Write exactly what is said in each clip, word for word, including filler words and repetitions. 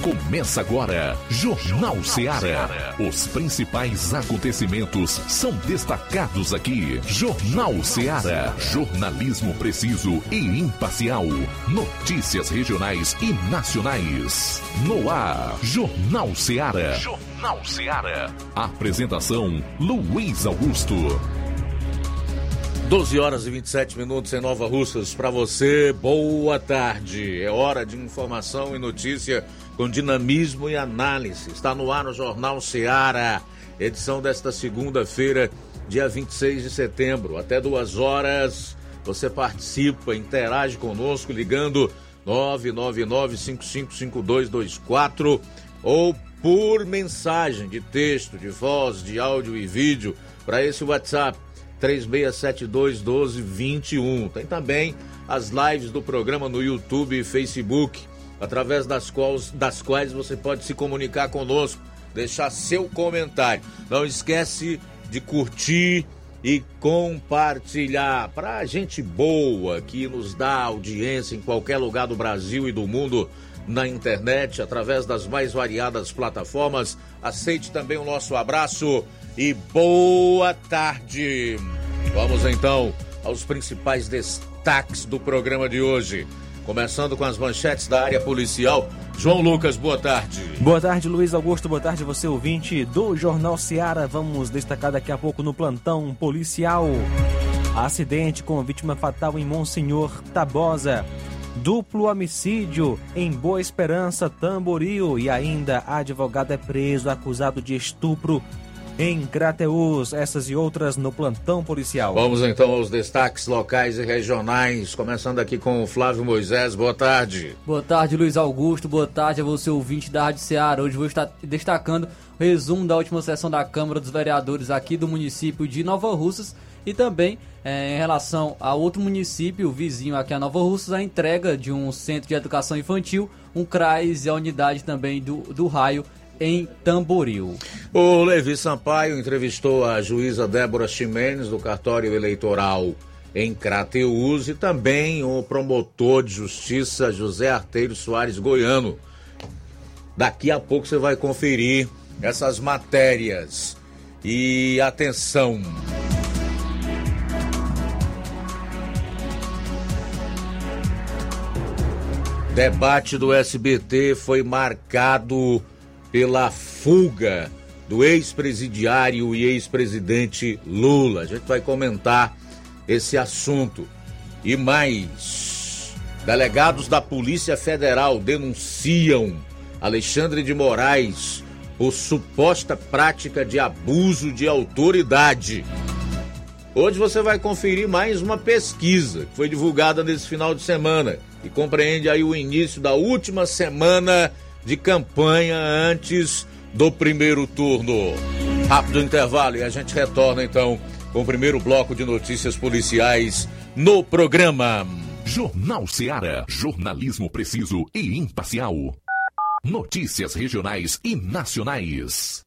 Começa agora, Jornal Ceará. Os principais acontecimentos são destacados aqui. Jornal Ceará. Jornalismo preciso e imparcial. Notícias regionais e nacionais. No ar, Jornal Ceará. Jornal Ceará. Apresentação, Luiz Augusto. doze horas e vinte e sete minutos em Nova Russas. Para você, boa tarde. É hora de informação e notícia com dinamismo e análise. Está no ar no Jornal Ceará, edição desta segunda-feira, dia vinte e seis de setembro. Até duas horas, você participa, interage conosco ligando nove nove nove, cinco cinco cinco, dois dois quatro ou por mensagem de texto, de voz, de áudio e vídeo para esse WhatsApp três seis sete dois, um dois dois um. Tem também as lives do programa no YouTube e Facebook, através das quais, das quais você pode se comunicar conosco, deixar seu comentário. Não esquece de curtir e compartilhar. Para gente boa que nos dá audiência em qualquer lugar do Brasil e do mundo na internet, através das mais variadas plataformas, aceite também o nosso abraço e boa tarde. Vamos então aos principais destaques do programa de hoje. Começando com as manchetes da área policial. João Lucas, boa tarde. Boa tarde, Luiz Augusto. Boa tarde, você ouvinte do Jornal Ceará. Vamos destacar daqui a pouco no plantão policial. Acidente com vítima fatal em Monsenhor Tabosa. Duplo homicídio em Boa Esperança, Tamboril. E ainda advogado é preso acusado de estupro em Crateús. Essas e outras no plantão policial. Vamos então aos destaques locais e regionais, começando aqui com o Flávio Moisés. Boa tarde. Boa tarde, Luiz Augusto. Boa tarde a você, ouvinte da Rádio Ceará. Hoje vou estar destacando o resumo da última sessão da Câmara dos Vereadores aqui do município de Nova Russas e também é, em relação a outro município vizinho aqui a Nova Russas, a entrega de um centro de educação infantil, um CRAS e a unidade também do, do Raio em Tamboril. O Levi Sampaio entrevistou a juíza Débora Ximenes do cartório eleitoral em Crateús e também o promotor de justiça José Arteiro Soares Goiano. Daqui a pouco você vai conferir essas matérias. E atenção! Debate do S B T foi marcado pela fuga do ex-presidiário e ex-presidente Lula. A gente vai comentar esse assunto. E mais, delegados da Polícia Federal denunciam Alexandre de Moraes por suposta prática de abuso de autoridade. Hoje você vai conferir mais uma pesquisa que foi divulgada nesse final de semana e compreende aí o início da última semana de campanha antes do primeiro turno. Rápido intervalo e a gente retorna então com o primeiro bloco de notícias policiais no programa. Jornal Ceará, jornalismo preciso e imparcial. Notícias regionais e nacionais.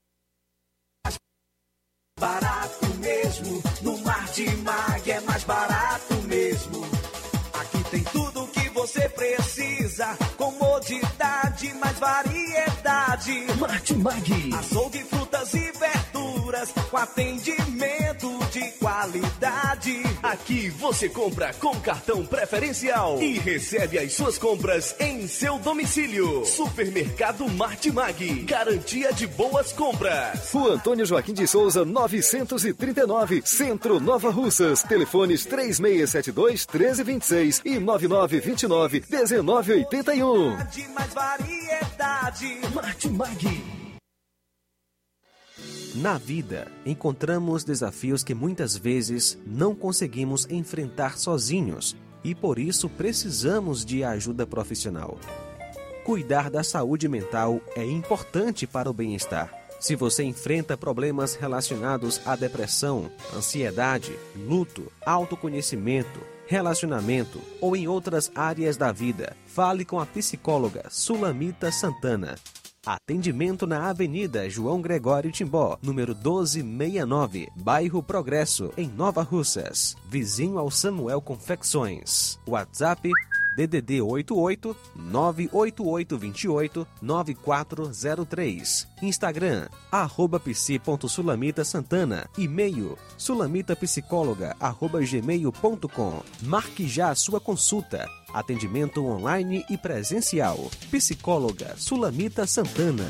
Barato mesmo, no Martimag é mais barato mesmo. Aqui tem tudo o que você precisa, comodidade, mais variedade. Martimag. Açougue, frutas e verduras, com atendimento de qualidade. Aqui você compra com cartão preferencial e recebe as suas compras em seu domicílio. Supermercado Martimag, garantia de boas compras. Rua Antônio Joaquim de Souza, novecentos e trinta e nove, Centro, Nova Russas. Telefones três seis sete dois, um três dois seis e nove nove dois nove, um nove oito um. Mais variedade. Martimag. Na vida, encontramos desafios que muitas vezes não conseguimos enfrentar sozinhos e por isso precisamos de ajuda profissional. Cuidar da saúde mental é importante para o bem-estar. Se você enfrenta problemas relacionados à depressão, ansiedade, luto, autoconhecimento, relacionamento ou em outras áreas da vida, fale com a psicóloga Sulamita Santana. Atendimento na Avenida João Gregório Timbó, número doze sessenta e nove, Bairro Progresso, em Nova Russas, vizinho ao Samuel Confecções. WhatsApp D D D oito oito nove oito oito dois oito nove quatro zero três. Instagram, arroba psi.sulamita Santana. E-mail, sulamitapsicóloga, arroba gmail ponto com. Marque já a sua consulta. Atendimento online e presencial. Psicóloga Sulamita Santana.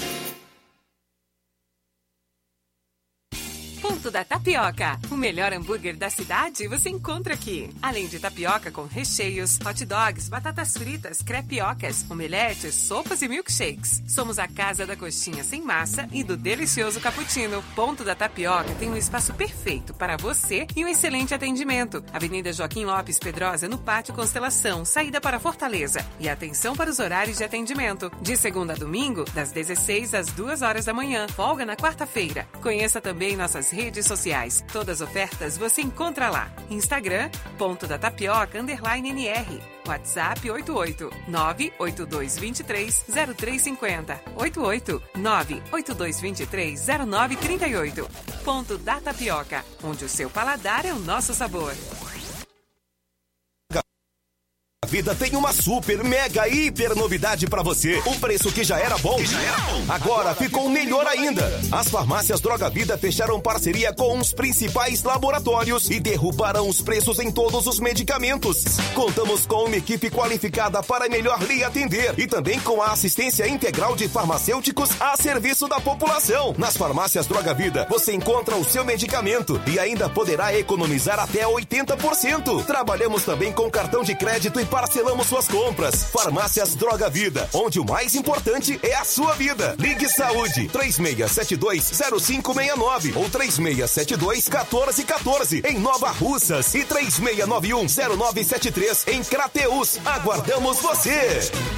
Ponto da Tapioca. O melhor hambúrguer da cidade você encontra aqui. Além de tapioca com recheios, hot dogs, batatas fritas, crepiocas, omeletes, sopas e milkshakes. Somos a casa da coxinha sem massa e do delicioso cappuccino. Ponto da Tapioca tem um espaço perfeito para você e um excelente atendimento. Avenida Joaquim Lopes Pedrosa, no Pátio Constelação, saída para Fortaleza. E atenção para os horários de atendimento. De segunda a domingo, das dezesseis às duas horas da manhã. Folga na quarta-feira. Conheça também nossas redes sociais. Todas as ofertas você encontra lá. Instagram, ponto da tapioca, underline N R. WhatsApp oito oito nove oito dois dois três zero três cinco zero. oito oito nove oito dois dois três zero nove três oito. Ponto da Tapioca, onde o seu paladar é o nosso sabor. A vida tem uma super, mega, hiper novidade pra você. O preço que já era bom, já era bom. Agora ficou melhor ainda. As farmácias Droga Vida fecharam parceria com os principais laboratórios e derrubaram os preços em todos os medicamentos. Contamos com uma equipe qualificada para melhor lhe atender e também com a assistência integral de farmacêuticos a serviço da população. Nas farmácias Droga Vida, você encontra o seu medicamento e ainda poderá economizar até oitenta por cento. Trabalhamos também com cartão de crédito e parcelamos suas compras. Farmácias Droga Vida, onde o mais importante é a sua vida. Ligue Saúde três seis sete dois zero cinco seis nove ou três seis sete dois um quatro um quatro em Nova Russas e três seis nove um zero nove sete três em Crateús. Aguardamos você!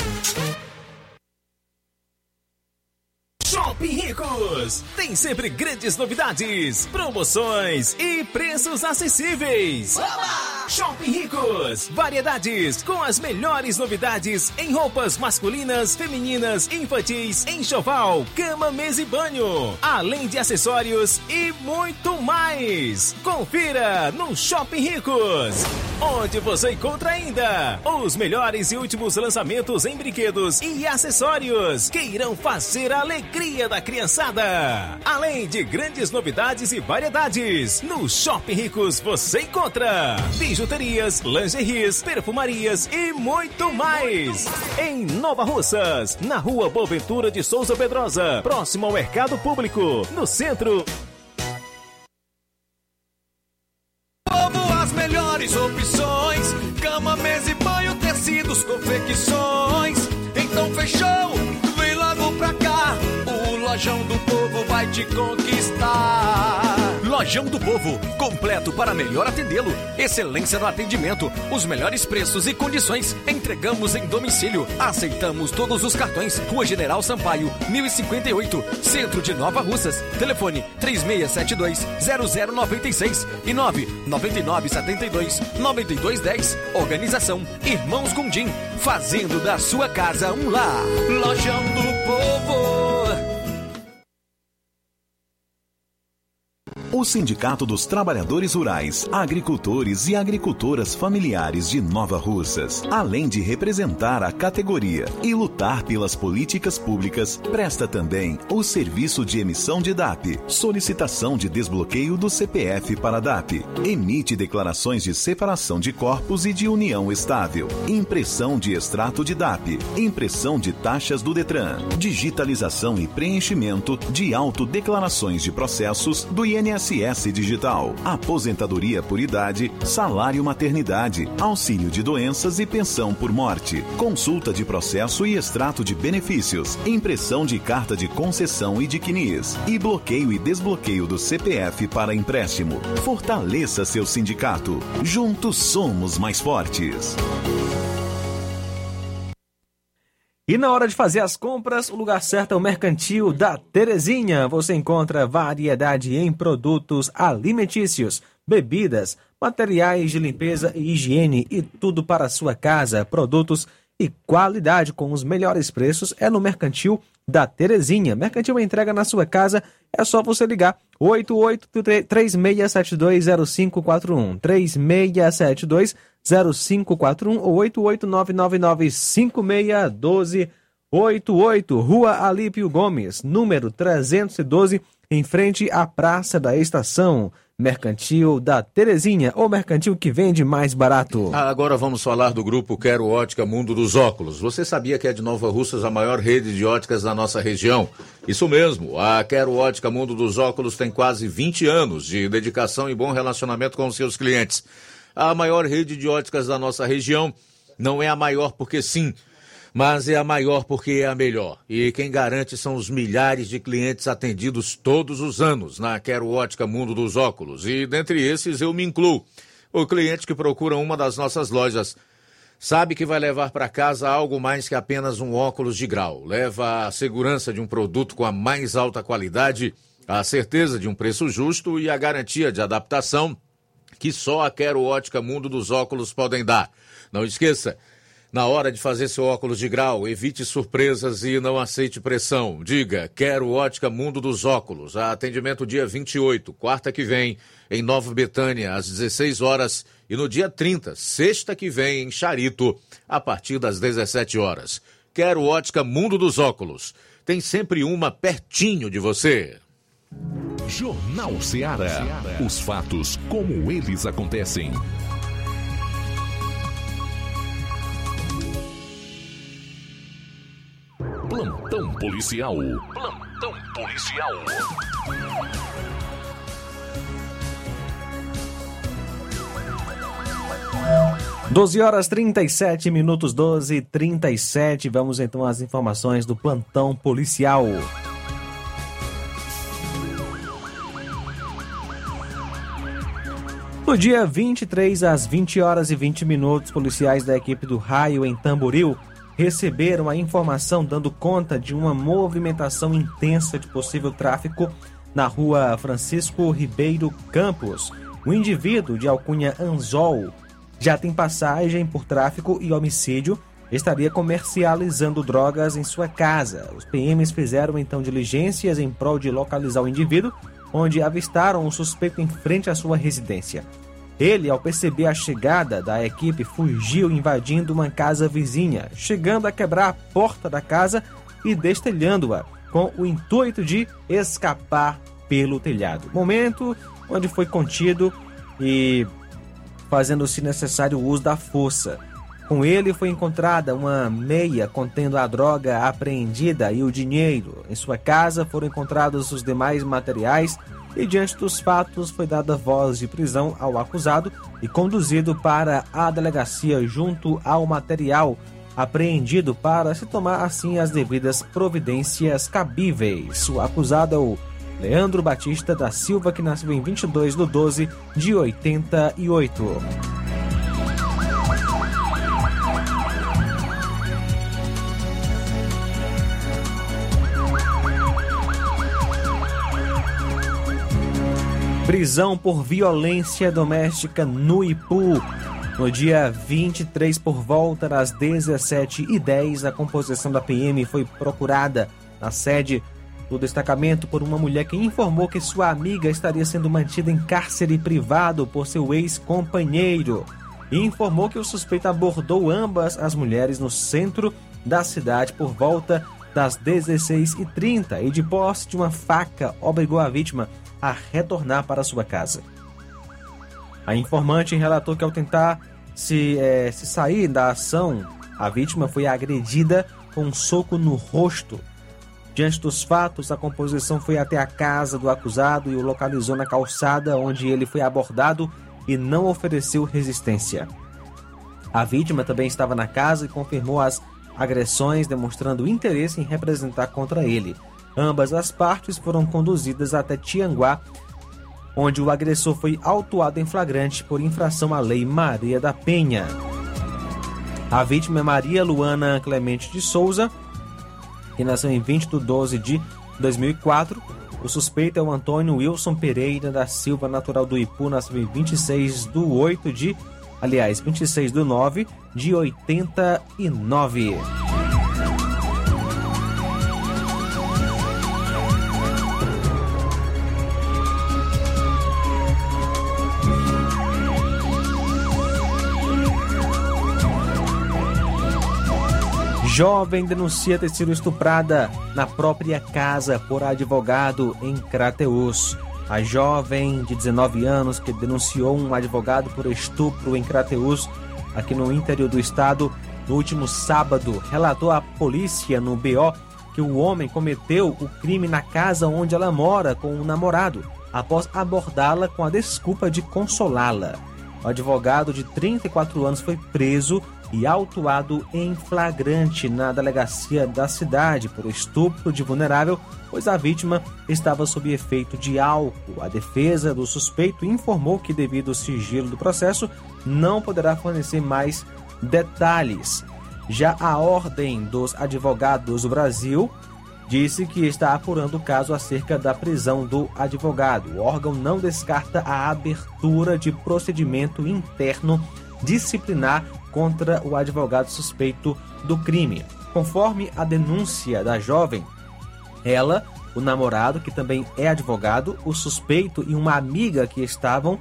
Shopping Ricos tem sempre grandes novidades, promoções e preços acessíveis. Oba! Shopping Ricos, variedades com as melhores novidades em roupas masculinas, femininas, infantis, enxoval, cama, mesa e banho, além de acessórios e muito mais. Confira no Shopping Ricos, onde você encontra ainda os melhores e últimos lançamentos em brinquedos e acessórios que irão fazer a alegria da criançada. Além de grandes novidades e variedades, no Shopping Ricos você encontra bijuterias, lingeries, perfumarias e muito mais. Em Nova Russas, na Rua Boaventura de Souza Pedrosa, próximo ao Mercado Público, no centro. As melhores opções, cama, mesa e banho, tecidos, confecções. Então fechou, vem logo pra cá. O Lojão do Povo vai te conquistar. Lojão do Povo, completo para melhor atendê-lo. Excelência no atendimento, os melhores preços e condições. Entregamos em domicílio. Aceitamos todos os cartões. Rua General Sampaio, mil e cinquenta e oito, Centro de Nova Russas. Telefone três seis sete dois zero zero nove seis e nove nove nove sete dois nove dois um zero. Organização Irmãos Gondim, fazendo da sua casa um lar. Lojão do Povo. O Sindicato dos Trabalhadores Rurais, Agricultores e Agricultoras Familiares de Nova Russas, além de representar a categoria e lutar pelas políticas públicas, presta também o serviço de emissão de D A P, solicitação de desbloqueio do C P F para D A P, emite declarações de separação de corpos e de união estável, impressão de extrato de D A P, impressão de taxas do Detran, digitalização e preenchimento de autodeclarações de processos do I N S S Digital, aposentadoria por idade, salário maternidade, auxílio de doenças e pensão por morte, consulta de processo e extrato de benefícios, impressão de carta de concessão e de C N I S, e bloqueio e desbloqueio do C P F para empréstimo. Fortaleça seu sindicato. Juntos somos mais fortes. E na hora de fazer as compras, o lugar certo é o Mercantil da Terezinha. Você encontra variedade em produtos alimentícios, bebidas, materiais de limpeza e higiene e tudo para a sua casa. Produtos e qualidade com os melhores preços é no Mercantil da Terezinha. Mercantil entrega na sua casa, é só você ligar oito oito três seis sete dois zero cinco quatro um, três seis sete dois zero cinco quatro um ou oito oito nove nove nove cinco seis um dois oito oito, Rua Alípio Gomes, número trezentos e doze, em frente à Praça da Estação. Mercantil da Terezinha, ou mercantil que vende mais barato. Agora vamos falar do grupo Quero Ótica Mundo dos Óculos. Você sabia que é de Nova Russas a maior rede de óticas da nossa região? Isso mesmo, a Quero Ótica Mundo dos Óculos tem quase vinte anos de dedicação e bom relacionamento com os seus clientes. A maior rede de óticas da nossa região não é a maior porque sim, mas é a maior porque é a melhor. E quem garante são os milhares de clientes atendidos todos os anos na Quero Ótica Mundo dos Óculos. E dentre esses eu me incluo. O cliente que procura uma das nossas lojas sabe que vai levar para casa algo mais que apenas um óculos de grau. Leva a segurança de um produto com a mais alta qualidade, a certeza de um preço justo e a garantia de adaptação que só a Quero Ótica Mundo dos Óculos podem dar. Não esqueça, na hora de fazer seu óculos de grau, evite surpresas e não aceite pressão. Diga, Quero Ótica Mundo dos Óculos. Atendimento dia vinte e oito, quarta que vem, em Nova Betânia, às dezesseis horas. E no dia trinta, sexta que vem, em Charito, a partir das dezessete horas. Quero Ótica Mundo dos Óculos. Tem sempre uma pertinho de você. Jornal Ceará. Os fatos como eles acontecem. Plantão policial. Plantão policial. doze horas trinta e sete minutos, doze e trinta e sete. Vamos então às informações do plantão policial. No dia vinte e três, às vinte horas e vinte minutos, policiais da equipe do Raio em Tamboril receberam a informação dando conta de uma movimentação intensa de possível tráfico na rua Francisco Ribeiro Campos. O indivíduo de alcunha Anzol já tem passagem por tráfico e homicídio, estaria comercializando drogas em sua casa. Os P Ms fizeram então diligências em prol de localizar o indivíduo, onde avistaram o suspeito em frente à sua residência. Ele, ao perceber a chegada da equipe, fugiu invadindo uma casa vizinha, chegando a quebrar a porta da casa e destelhando-a, com o intuito de escapar pelo telhado. Momento onde foi contido e fazendo-se necessário o uso da força. Com ele foi encontrada uma meia contendo a droga apreendida e o dinheiro. Em sua casa foram encontrados os demais materiais e, diante dos fatos, foi dada voz de prisão ao acusado e conduzido para a delegacia junto ao material apreendido para se tomar, assim, as devidas providências cabíveis. O acusado é o Leandro Batista da Silva, que nasceu em vinte e dois de doze de oitenta e oito. Prisão por violência doméstica no Ipu. No dia vinte e três, por volta das dezessete e dez, a composição da P M foi procurada na sede do destacamento por uma mulher que informou que sua amiga estaria sendo mantida em cárcere privado por seu ex-companheiro e informou que o suspeito abordou ambas as mulheres no centro da cidade por volta das dezesseis e trinta e, de posse de uma faca, obrigou a vítima a retornar para sua casa. A informante relatou que, ao tentar se, é, se sair da ação, a vítima foi agredida com um soco no rosto. Diante dos fatos, a composição foi até a casa do acusado e o localizou na calçada, onde ele foi abordado e não ofereceu resistência. A vítima também estava na casa e confirmou as agressões, demonstrando interesse em representar contra ele. Ambas as partes foram conduzidas até Tianguá, onde o agressor foi autuado em flagrante por infração à Lei Maria da Penha. A vítima é Maria Luana Clemente de Souza, que nasceu em vinte de doze de dois mil e quatro. O suspeito é o Antônio Wilson Pereira da Silva, natural do Ipu, nasceu em vinte e seis de oito de... Aliás, vinte e seis de nove de oitenta e nove. Jovem denuncia ter sido estuprada na própria casa por advogado em Crateús. A jovem de dezenove anos que denunciou um advogado por estupro em Crateús, aqui no interior do estado, no último sábado, relatou à polícia no B O que o homem cometeu o crime na casa onde ela mora com o namorado, após abordá-la com a desculpa de consolá-la. O advogado de trinta e quatro anos foi preso e autuado em flagrante na delegacia da cidade por estupro de vulnerável, pois a vítima estava sob efeito de álcool. A defesa do suspeito informou que, devido ao sigilo do processo, não poderá fornecer mais detalhes. Já a Ordem dos Advogados do Brasil disse que está apurando o caso acerca da prisão do advogado. O órgão não descarta a abertura de procedimento interno disciplinar contra o advogado suspeito do crime. Conforme a denúncia da jovem, ela, o namorado, que também é advogado, o suspeito e uma amiga que estavam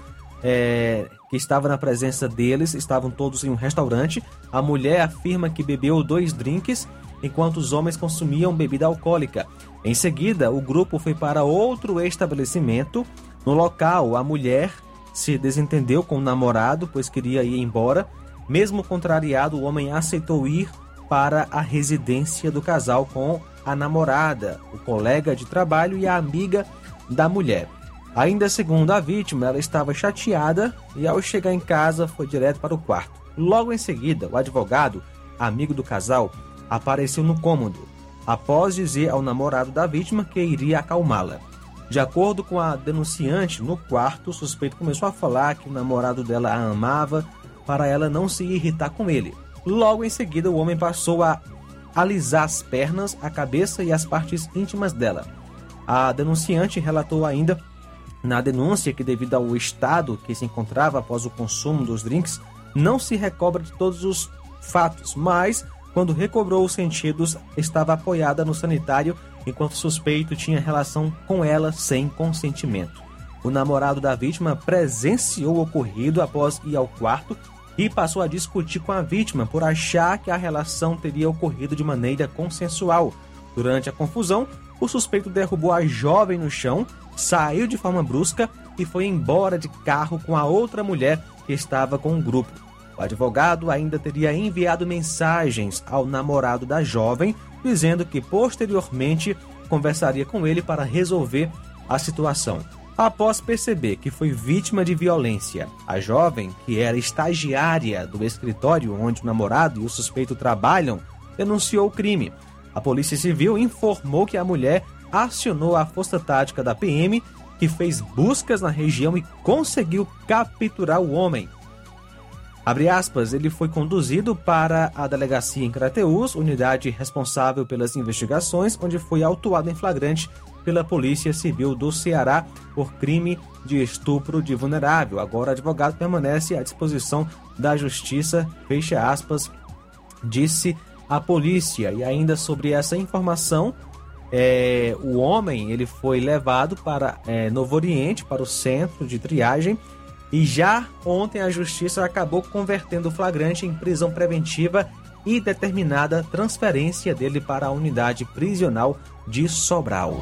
é, que estava na presença deles, estavam todos em um restaurante. A mulher afirma que bebeu dois drinks enquanto os homens consumiam bebida alcoólica. Em seguida, o grupo foi para outro estabelecimento. No local, a mulher se desentendeu com o namorado, pois queria ir embora. Mesmo contrariado, o homem aceitou ir para a residência do casal com a namorada, o colega de trabalho e a amiga da mulher. Ainda segundo a vítima, ela estava chateada e, ao chegar em casa, foi direto para o quarto. Logo em seguida, o advogado, amigo do casal, apareceu no cômodo, após dizer ao namorado da vítima que iria acalmá-la. De acordo com a denunciante, no quarto, o suspeito começou a falar que o namorado dela a amava para ela não se irritar com ele. Logo em seguida, o homem passou a alisar as pernas, a cabeça e as partes íntimas dela. A denunciante relatou ainda na denúncia que, devido ao estado que se encontrava após o consumo dos drinks, não se recobra de todos os fatos, mas, quando recobrou os sentidos, estava apoiada no sanitário enquanto o suspeito tinha relação com ela sem consentimento. O namorado da vítima presenciou o ocorrido após ir ao quarto e passou a discutir com a vítima por achar que a relação teria ocorrido de maneira consensual. Durante a confusão, o suspeito derrubou a jovem no chão, saiu de forma brusca e foi embora de carro com a outra mulher que estava com o grupo. O advogado ainda teria enviado mensagens ao namorado da jovem, dizendo que posteriormente conversaria com ele para resolver a situação. Após perceber que foi vítima de violência, a jovem, que era estagiária do escritório onde o namorado e o suspeito trabalham, denunciou o crime. A Polícia Civil informou que a mulher acionou a Força Tática da P M, que fez buscas na região e conseguiu capturar o homem. Abre aspas, ele foi conduzido para a delegacia em Crateús, unidade responsável pelas investigações, onde foi autuado em flagrante pela Polícia Civil do Ceará por crime de estupro de vulnerável. Agora o advogado permanece à disposição da Justiça, fecha aspas, disse a polícia. E ainda sobre essa informação, é, o homem ele foi levado para é, Novo Oriente, para o centro de triagem, e já ontem a Justiça acabou convertendo o flagrante em prisão preventiva e determinada transferência dele para a unidade prisional de Sobral.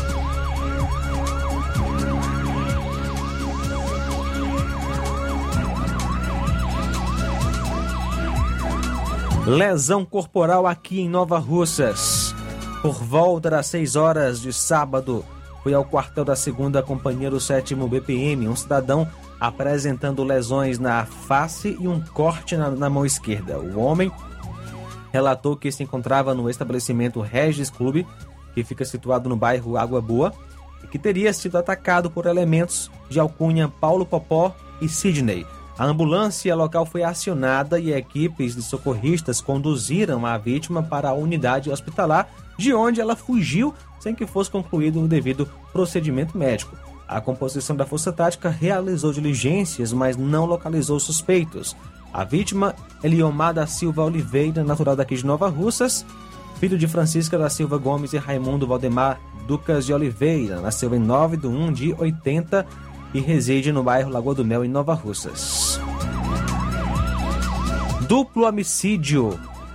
Lesão corporal aqui em Nova Russas. Por volta das seis horas de sábado, foi ao quartel da segunda Companhia do sétimo B P M um cidadão apresentando lesões na face e um corte na, na mão esquerda. O homem relatou que se encontrava no estabelecimento Regis Clube, que fica situado no bairro Água Boa, e que teria sido atacado por elementos de alcunha Paulo Popó e Sidney. A ambulância local foi acionada e equipes de socorristas conduziram a vítima para a unidade hospitalar, de onde ela fugiu sem que fosse concluído o devido procedimento médico. A composição da Força Tática realizou diligências, mas não localizou suspeitos. A vítima, Eliomar da Silva Oliveira, natural daqui de Nova Russas, filho de Francisca da Silva Gomes e Raimundo Valdemar Ducas de Oliveira, nasceu em nove de um de oitenta e reside no bairro Lagoa do Mel, em Nova Russas. Duplo homicídio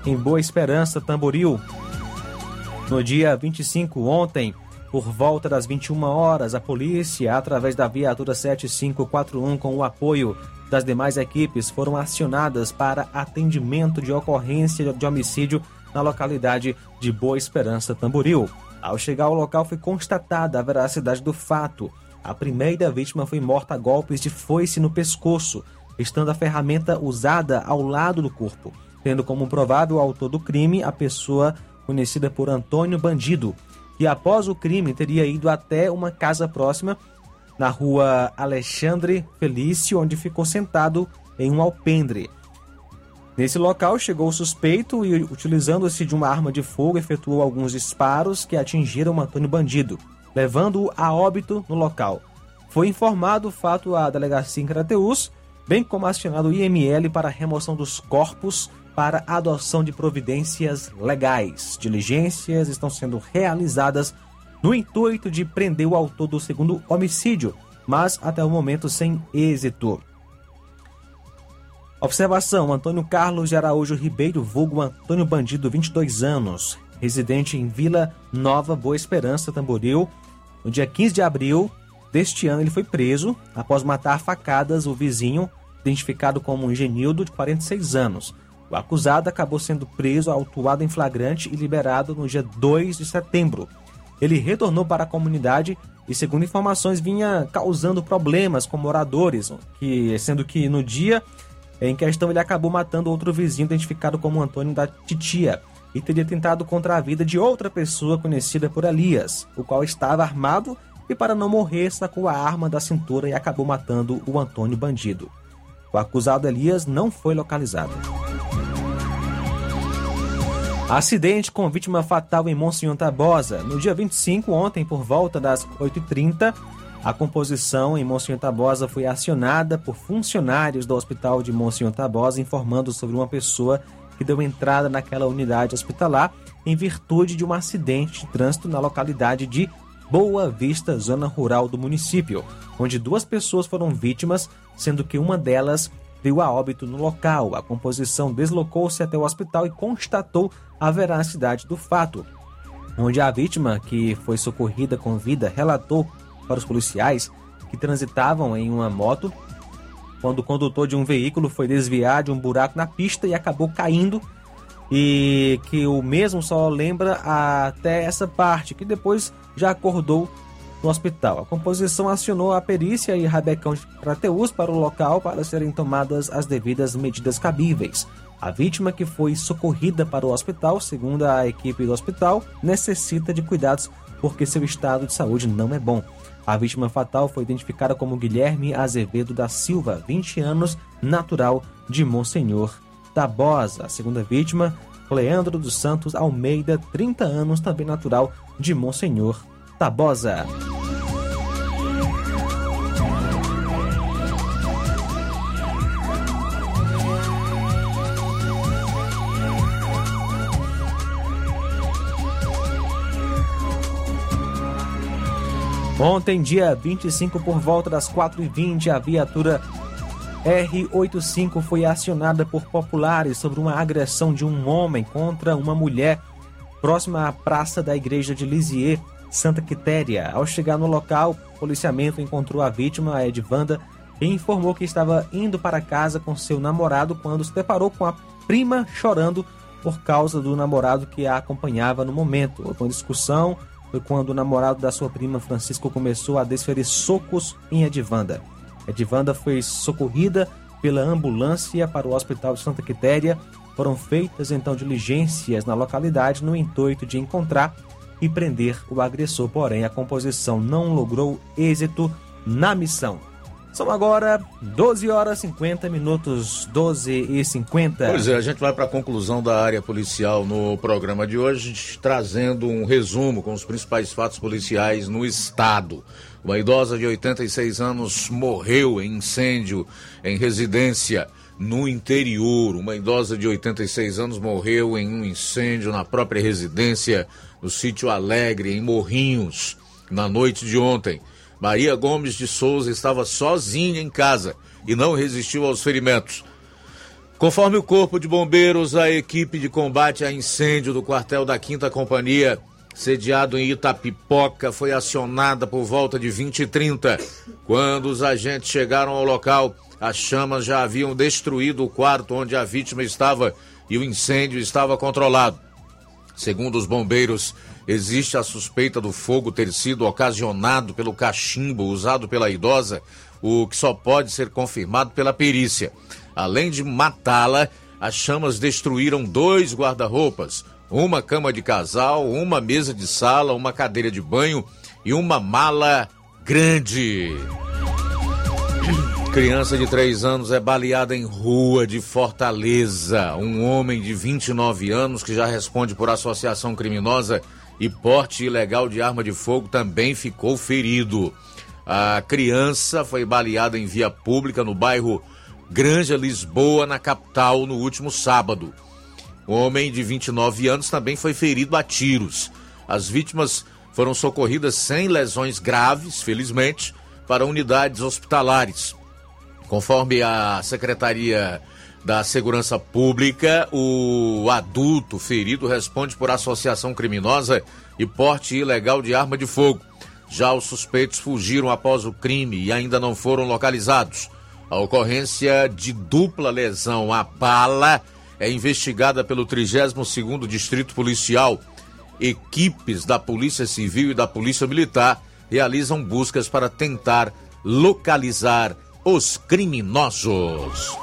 em Boa Esperança, Tamboril. No dia vinte e cinco, ontem, por volta das vinte e uma horas, a polícia, através da viatura sete cinco quatro um, com o apoio das demais equipes, foram acionadas para atendimento de ocorrência de homicídio na localidade de Boa Esperança, Tamboril. Ao chegar ao local, foi constatada a veracidade do fato. A primeira vítima foi morta a golpes de foice no pescoço, estando a ferramenta usada ao lado do corpo, tendo como provável autor do crime a pessoa conhecida por Antônio Bandido, que após o crime teria ido até uma casa próxima, na rua Alexandre Felício, onde ficou sentado em um alpendre. Nesse local chegou o suspeito e, utilizando-se de uma arma de fogo, efetuou alguns disparos que atingiram Antônio Bandido, levando-o a óbito no local. Foi informado o fato à delegacia em Crateús, bem como acionado o I M L para a remoção dos corpos para a adoção de providências legais. Diligências estão sendo realizadas no intuito de prender o autor do segundo homicídio, mas até o momento sem êxito. Observação: Antônio Carlos de Araújo Ribeiro, vulgo Antônio Bandido, vinte e dois anos, residente em Vila Nova, Boa Esperança, Tamboril. No dia quinze de abril deste ano, ele foi preso após matar a facadas o vizinho, identificado como Genildo, de quarenta e seis anos. O acusado acabou sendo preso, autuado em flagrante e liberado no dia dois de setembro. Ele retornou para a comunidade e, segundo informações, vinha causando problemas com moradores, que, sendo que no dia em questão ele acabou matando outro vizinho identificado como Antônio da Titia e teria tentado contra a vida de outra pessoa conhecida por Elias, o qual estava armado e, para não morrer, sacou a arma da cintura e acabou matando o Antônio Bandido. O acusado Elias não foi localizado. Acidente com vítima fatal em Monsenhor Tabosa. No dia vinte e cinco, ontem, por volta das oito e trinta, a composição em Monsenhor Tabosa foi acionada por funcionários do Hospital de Monsenhor Tabosa, informando sobre uma pessoa que deu entrada naquela unidade hospitalar em virtude de um acidente de trânsito na localidade de Boa Vista, zona rural do município, onde duas pessoas foram vítimas, sendo que uma delas veio a óbito no local. A composição deslocou-se até o hospital e constatou a veracidade do fato, onde a vítima, que foi socorrida com vida, relatou para os policiais que transitavam em uma moto quando o condutor de um veículo foi desviar de um buraco na pista e acabou caindo, e que o mesmo só lembra até essa parte, que depois já acordou no hospital. A composição acionou a perícia e rabecão de Crateús para o local para serem tomadas as devidas medidas cabíveis. A vítima, que foi socorrida para o hospital, segundo a equipe do hospital, necessita de cuidados porque seu estado de saúde não é bom. A vítima fatal foi identificada como Guilherme Azevedo da Silva, vinte anos, natural de Monsenhor Tabosa. A segunda vítima, Leandro dos Santos Almeida, trinta anos, também natural de Monsenhor Tabosa. Ontem, dia vinte e cinco, por volta das quatro e vinte, a viatura R oitenta e cinco foi acionada por populares sobre uma agressão de um homem contra uma mulher próxima à praça da igreja de Lisieux, Santa Quitéria. Ao chegar no local, o policiamento encontrou a vítima, a Edvanda, e informou que estava indo para casa com seu namorado quando se deparou com a prima chorando por causa do namorado que a acompanhava no momento. Houve uma discussão. Foi quando o namorado da sua prima, Francisco, começou a desferir socos em Edvanda. Edvanda foi socorrida pela ambulância para o hospital de Santa Quitéria. Foram feitas então diligências na localidade no intuito de encontrar e prender o agressor, porém a composição não logrou êxito na missão. São agora doze horas e cinquenta minutos, doze e cinquenta. Pois é, a gente vai para a conclusão da área policial no programa de hoje, trazendo um resumo com os principais fatos policiais no estado. Uma idosa de oitenta e seis anos morreu em incêndio em residência no interior. Uma idosa de oitenta e seis anos morreu em um incêndio na própria residência no sítio Alegre, em Morrinhos, na noite de ontem. Maria Gomes de Souza estava sozinha em casa e não resistiu aos ferimentos. Conforme o Corpo de Bombeiros, a equipe de combate a incêndio do quartel da quinta Companhia, sediado em Itapipoca, foi acionada por volta de vinte e trinta. Quando os agentes chegaram ao local, as chamas já haviam destruído o quarto onde a vítima estava e o incêndio estava controlado. Segundo os bombeiros, existe a suspeita do fogo ter sido ocasionado pelo cachimbo usado pela idosa, o que só pode ser confirmado pela perícia. Além de matá-la, as chamas destruíram dois guarda-roupas, uma cama de casal, uma mesa de sala, uma cadeira de banho e uma mala grande. Criança de três anos é baleada em rua de Fortaleza. Um homem de vinte e nove anos, que já responde por associação criminosa e porte ilegal de arma de fogo, também ficou ferido. A criança foi baleada em via pública no bairro Granja Lisboa, na capital, no último sábado. O homem de vinte e nove anos também foi ferido a tiros. As vítimas foram socorridas sem lesões graves, felizmente, para unidades hospitalares. Conforme a Secretaria da Segurança Pública, o adulto ferido responde por associação criminosa e porte ilegal de arma de fogo. Já os suspeitos fugiram após o crime e ainda não foram localizados. A ocorrência de dupla lesão à bala é investigada pelo trigésimo segundo Distrito Policial. Equipes da Polícia Civil e da Polícia Militar realizam buscas para tentar localizar os criminosos.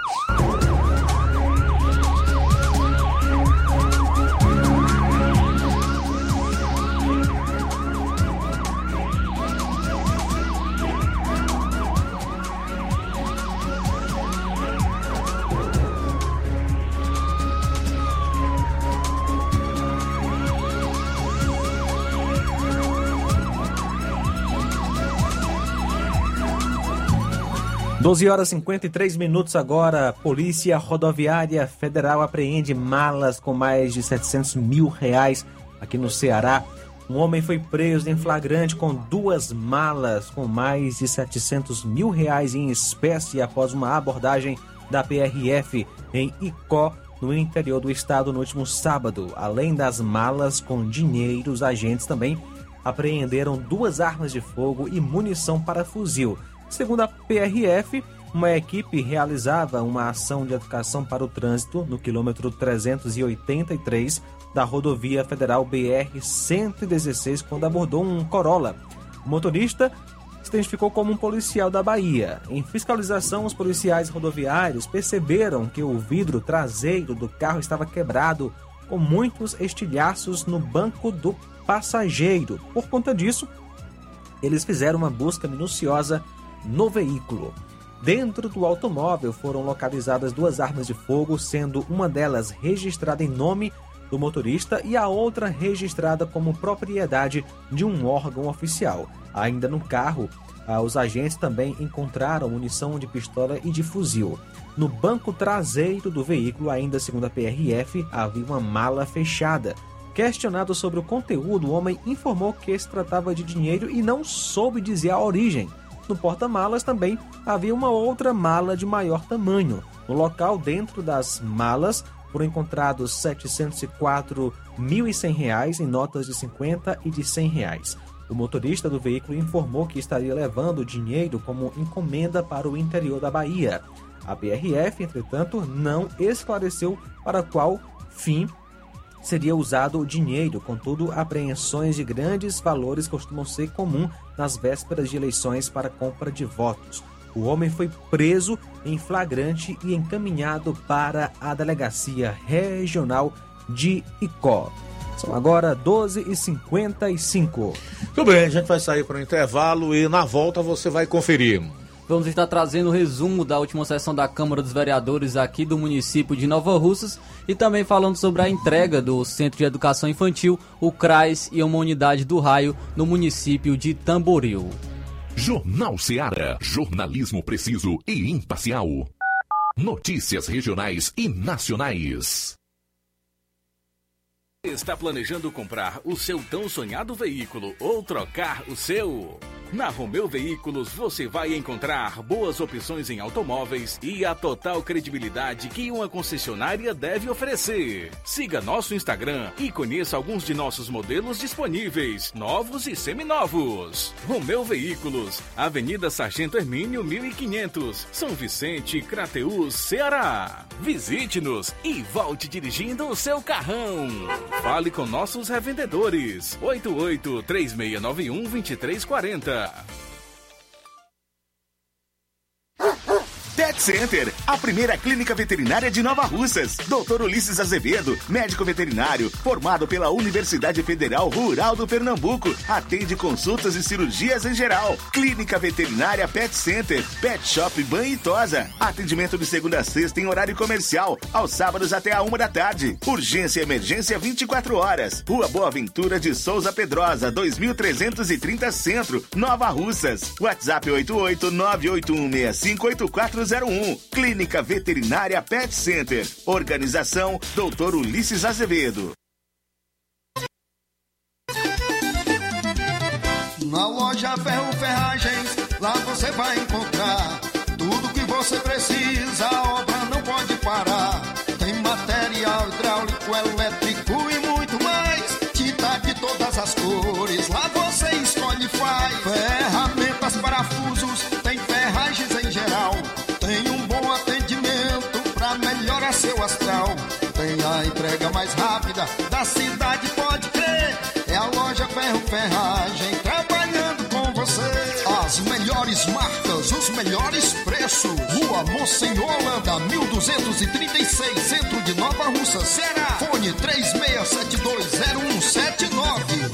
doze horas e cinquenta e três minutos agora. Polícia Rodoviária Federal apreende malas com mais de setecentos mil reais aqui no Ceará. Um homem foi preso em flagrante com duas malas com mais de setecentos mil reais em espécie após uma abordagem da P R F em Icó, no interior do estado, no último sábado. Além das malas com dinheiro, os agentes também apreenderam duas armas de fogo e munição para fuzil. Segundo a P R F, uma equipe realizava uma ação de educação para o trânsito no quilômetro trezentos e oitenta e três da rodovia federal B R cento e dezesseis quando abordou um Corolla. O motorista se identificou como um policial da Bahia. Em fiscalização, os policiais rodoviários perceberam que o vidro traseiro do carro estava quebrado, com muitos estilhaços no banco do passageiro. Por conta disso, eles fizeram uma busca minuciosa no veículo. Dentro do automóvel foram localizadas duas armas de fogo, sendo uma delas registrada em nome do motorista e a outra registrada como propriedade de um órgão oficial. Ainda no carro, os agentes também encontraram munição de pistola e de fuzil. No banco traseiro do veículo, ainda segundo a P R F, havia uma mala fechada. Questionado sobre o conteúdo, o homem informou que se tratava de dinheiro e não soube dizer a origem. No porta-malas também havia uma outra mala de maior tamanho. No local, dentro das malas, foram encontrados setecentos e quatro mil e cem reais em notas de cinquenta e de cem reais. O motorista do veículo informou que estaria levando o dinheiro como encomenda para o interior da Bahia. A P R F, entretanto, não esclareceu para qual fim seria usado o dinheiro. Contudo, apreensões de grandes valores costumam ser comum nas vésperas de eleições para compra de votos. O homem foi preso em flagrante e encaminhado para a Delegacia Regional de Icó. São agora doze e cinquenta e cinco. Tudo bem, a gente vai sair para o intervalo e na volta você vai conferir. Vamos estar trazendo o resumo da última sessão da Câmara dos Vereadores aqui do município de Nova Russas e também falando sobre a entrega do Centro de Educação Infantil, o CRAS e uma unidade do Raio no município de Tamboril. Jornal Ceará, jornalismo preciso e imparcial. Notícias regionais e nacionais. Está planejando comprar o seu tão sonhado veículo ou trocar o seu? Na Romeu Veículos você vai encontrar boas opções em automóveis e a total credibilidade que uma concessionária deve oferecer. Siga nosso Instagram e conheça alguns de nossos modelos disponíveis, novos e seminovos. Romeu Veículos, Avenida Sargento Hermínio mil e quinhentos, São Vicente, Crateús, Ceará. Visite-nos e volte dirigindo o seu carrão. Fale com nossos revendedores. oito oito, três seis nove um, dois três quatro zero. Pet Center, a primeira clínica veterinária de Nova Russas. doutor Ulisses Azevedo, médico veterinário, formado pela Universidade Federal Rural do Pernambuco. Atende consultas e cirurgias em geral. Clínica Veterinária Pet Center, Pet Shop Banho e Tosa. Atendimento de segunda a sexta em horário comercial, aos sábados até a uma da tarde. Urgência e emergência vinte e quatro horas. Rua Boa Ventura de Souza Pedrosa, dois mil trezentos e trinta Centro, Nova Russas. WhatsApp oito oito nove oito um seis cinco oito quatro zero um. Clínica Veterinária Pet Center. Organização doutor Ulisses Azevedo. Na loja Ferro Ferragens, lá você vai encontrar tudo que você precisa, a obra não pode parar. Tem material hidráulico, elétrico e muito mais. Tinta de todas as cores, lá você escolhe e faz. Ferramentas, parafusos, tem ferragens em geral. Tem um bom atendimento pra melhorar seu astral. Tem a entrega mais rápida da cidade, pode crer. É a loja Ferro Ferragem trabalhando com você. As melhores marcas, os melhores preços. Rua Monsenhor Holanda, mil duzentos e trinta e seis, centro de Nova Russa, Ceará. Fone três seis sete dois zero um sete nove.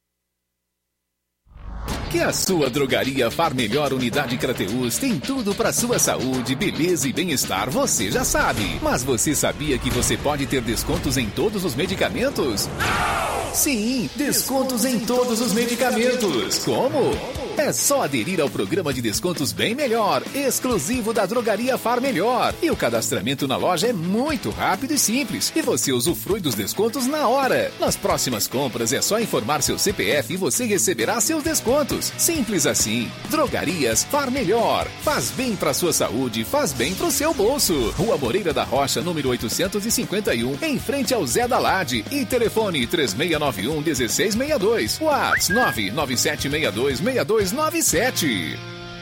Que a sua drogaria Far Melhor Unidade Crateús tem tudo para sua saúde, beleza e bem-estar, você já sabe. Mas você sabia que você pode ter descontos em todos os medicamentos? Sim, descontos em todos os medicamentos. Como? É só aderir ao programa de descontos Bem Melhor, exclusivo da Drogaria Far Melhor. E o cadastramento na loja é muito rápido e simples. E você usufrui dos descontos na hora. Nas próximas compras é só informar seu C P F e você receberá seus descontos. Simples assim. Drogarias Far Melhor. Faz bem para sua saúde, faz bem para o seu bolso. Rua Moreira da Rocha, número oitocentos e cinquenta e um, em frente ao Zé da Lade. E telefone três seis nove um um seis seis dois. WhatsApp nove nove sete seis dois seis dois nove sete.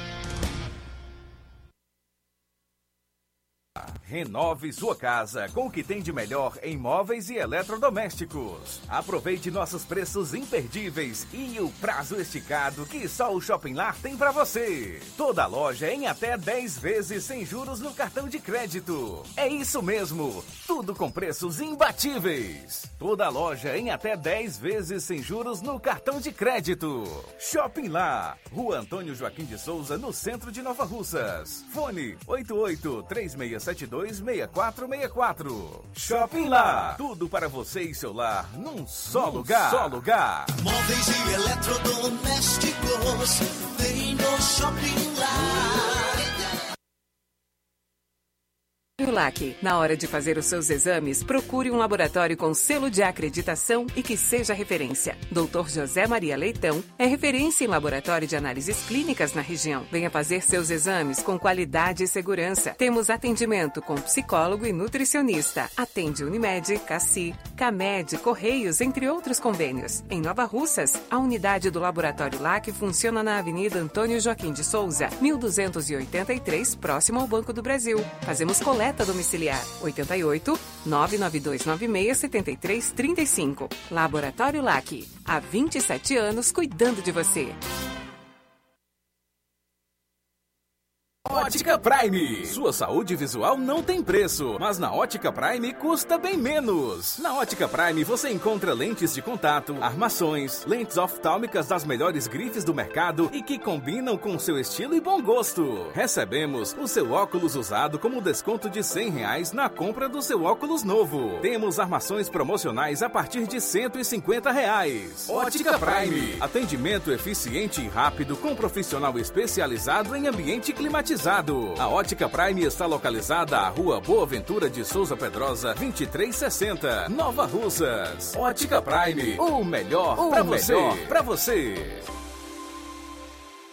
Renove sua casa com o que tem de melhor em móveis e eletrodomésticos. Aproveite nossos preços imperdíveis e o prazo esticado que só o Shopping Lar tem para você. Toda loja em até dez vezes sem juros no cartão de crédito. É isso mesmo, tudo com preços imbatíveis. Toda loja em até dez vezes sem juros no cartão de crédito. Shopping Lar, Rua Antônio Joaquim de Souza, no centro de Nova Russas. Fone oito oito três seis sete dois seis quatro seis quatro. Shopping Lar, tudo para você e seu lar num só num lugar. Só lugar. Móveis e eletrodomésticos, vem no Shopping Lar. Lac. Na hora de fazer os seus exames, procure um laboratório com selo de acreditação e que seja referência. doutor José Maria Leitão é referência em laboratório de análises clínicas na região. Venha fazer seus exames com qualidade e segurança. Temos atendimento com psicólogo e nutricionista. Atende Unimed, Cassi, Camed, Correios, entre outros convênios. Em Nova Russas, a unidade do Laboratório Lac funciona na Avenida Antônio Joaquim de Souza, mil duzentos e oitenta e três, próximo ao Banco do Brasil. Fazemos coleta domiciliar. oito oito nove nove dois nove seis sete três três cinco. Laboratório Lac. Há vinte e sete anos cuidando de você. Ótica Prime. Sua saúde visual não tem preço, mas na Ótica Prime custa bem menos. Na Ótica Prime você encontra lentes de contato, armações, lentes oftálmicas das melhores grifes do mercado e que combinam com seu estilo e bom gosto. Recebemos o seu óculos usado como desconto de cem reais na compra do seu óculos novo. Temos armações promocionais a partir de cento e cinquenta reais. Ótica Prime. Atendimento eficiente e rápido com profissional especializado em ambiente climatizado. A Ótica Prime está localizada à Rua Boa Ventura de Souza Pedrosa, vinte e três sessenta, Nova Russas. Ótica Prime, o melhor para você. Pra você.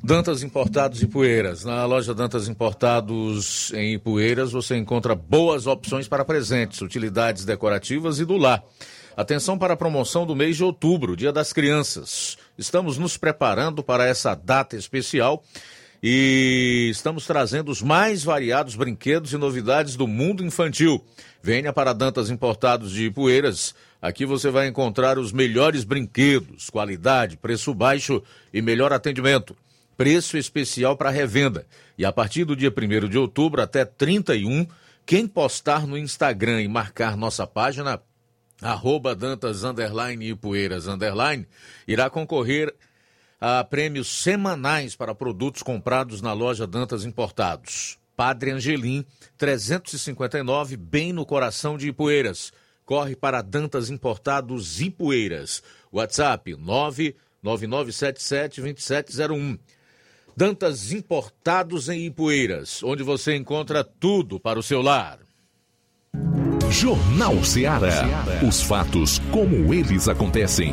Dantas Importados Ipueiras. Na loja Dantas Importados em Ipueiras você encontra boas opções para presentes, utilidades decorativas e do lar. Atenção para a promoção do mês de outubro, Dia das Crianças. Estamos nos preparando para essa data especial e estamos trazendo os mais variados brinquedos e novidades do mundo infantil. Venha para Dantas Importados de Ipueiras. Aqui você vai encontrar os melhores brinquedos, qualidade, preço baixo e melhor atendimento. Preço especial para revenda. E a partir do dia primeiro de outubro até trinta e um, quem postar no Instagram e marcar nossa página, arroba Dantas underline Ipueiras underline, irá concorrer a prêmios semanais para produtos comprados na loja Dantas Importados. Padre Angelim, trezentos e cinquenta e nove, bem no coração de Ipueiras. Corre para Dantas Importados Ipueiras. WhatsApp nove nove nove sete sete dois sete zero um. Dantas Importados em Ipueiras, onde você encontra tudo para o seu lar. Jornal Ceará. Os fatos como eles acontecem.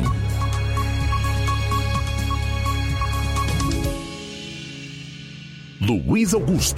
Luiz Augusto.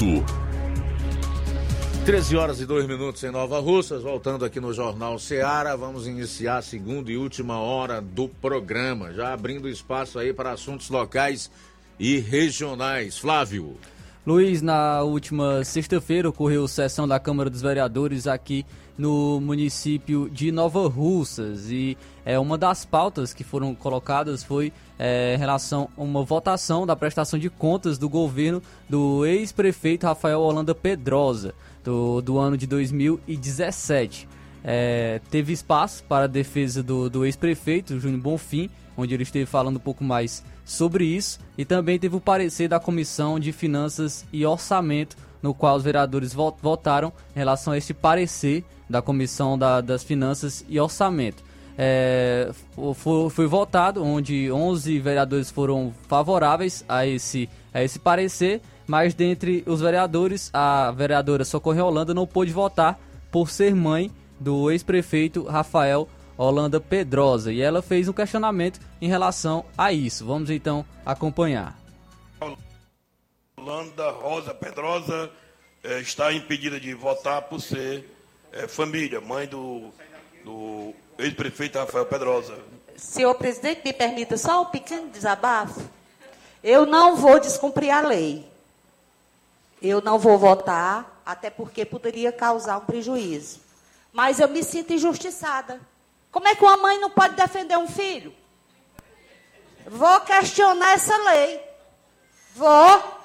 treze horas e dois minutos em Nova Russas, voltando aqui no Jornal Ceará, vamos iniciar a segunda e última hora do programa, já abrindo espaço aí para assuntos locais e regionais. Flávio. Luiz, na última sexta-feira ocorreu sessão da Câmara dos Vereadores aqui no município de Nova Russas e é, uma das pautas que foram colocadas foi é, em relação a uma votação da prestação de contas do governo do ex-prefeito Rafael Holanda Pedrosa, do, do ano de dois mil e dezessete. É, teve espaço para a defesa do, do ex-prefeito, Júnior Bonfim, onde ele esteve falando um pouco mais sobre isso, e também teve o parecer da Comissão de Finanças e Orçamento, no qual os vereadores votaram em relação a este parecer da Comissão da, das Finanças e Orçamento. É, foi, foi votado, onde onze vereadores foram favoráveis a esse, a esse parecer, mas dentre os vereadores, a vereadora Socorro Holanda não pôde votar por ser mãe do ex-prefeito Rafael Holanda Pedrosa, e ela fez um questionamento em relação a isso. Vamos então acompanhar. Holanda Rosa Pedrosa eh, está impedida de votar por ser eh, família, mãe do, do ex-prefeito Rafael Pedrosa. Senhor presidente, me permita só um pequeno desabafo. Eu não vou descumprir a lei. Eu não vou votar, até porque poderia causar um prejuízo. Mas eu me sinto injustiçada. Como é que uma mãe não pode defender um filho? Vou questionar essa lei. Vou.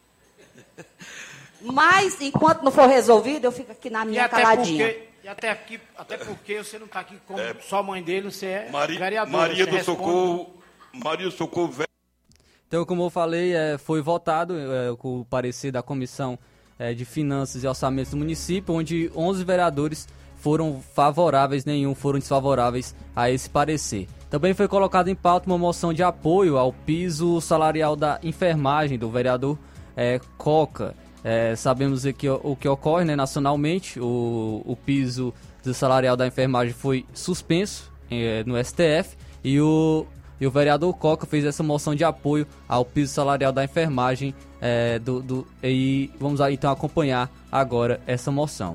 Mas, enquanto não for resolvido, eu fico aqui na minha e caladinha. Porque, e até, aqui, até porque você não está aqui como é, só mãe dele, você é Maria, vereador. Maria do responde... Socorro, Maria do Socorro. Então, como eu falei, é, foi votado é, com o parecer da Comissão é, de Finanças e Orçamentos do município, onde onze vereadores foram favoráveis, nenhum foram desfavoráveis a esse parecer. Também foi colocado em pauta uma moção de apoio ao piso salarial da enfermagem do vereador é, Coca. É, sabemos aqui o, o que ocorre, né, nacionalmente, o, o piso do salarial da enfermagem foi suspenso é, no S T F e o, e o vereador Coca fez essa moção de apoio ao piso salarial da enfermagem é, do, do, e vamos aí, então acompanhar agora essa moção.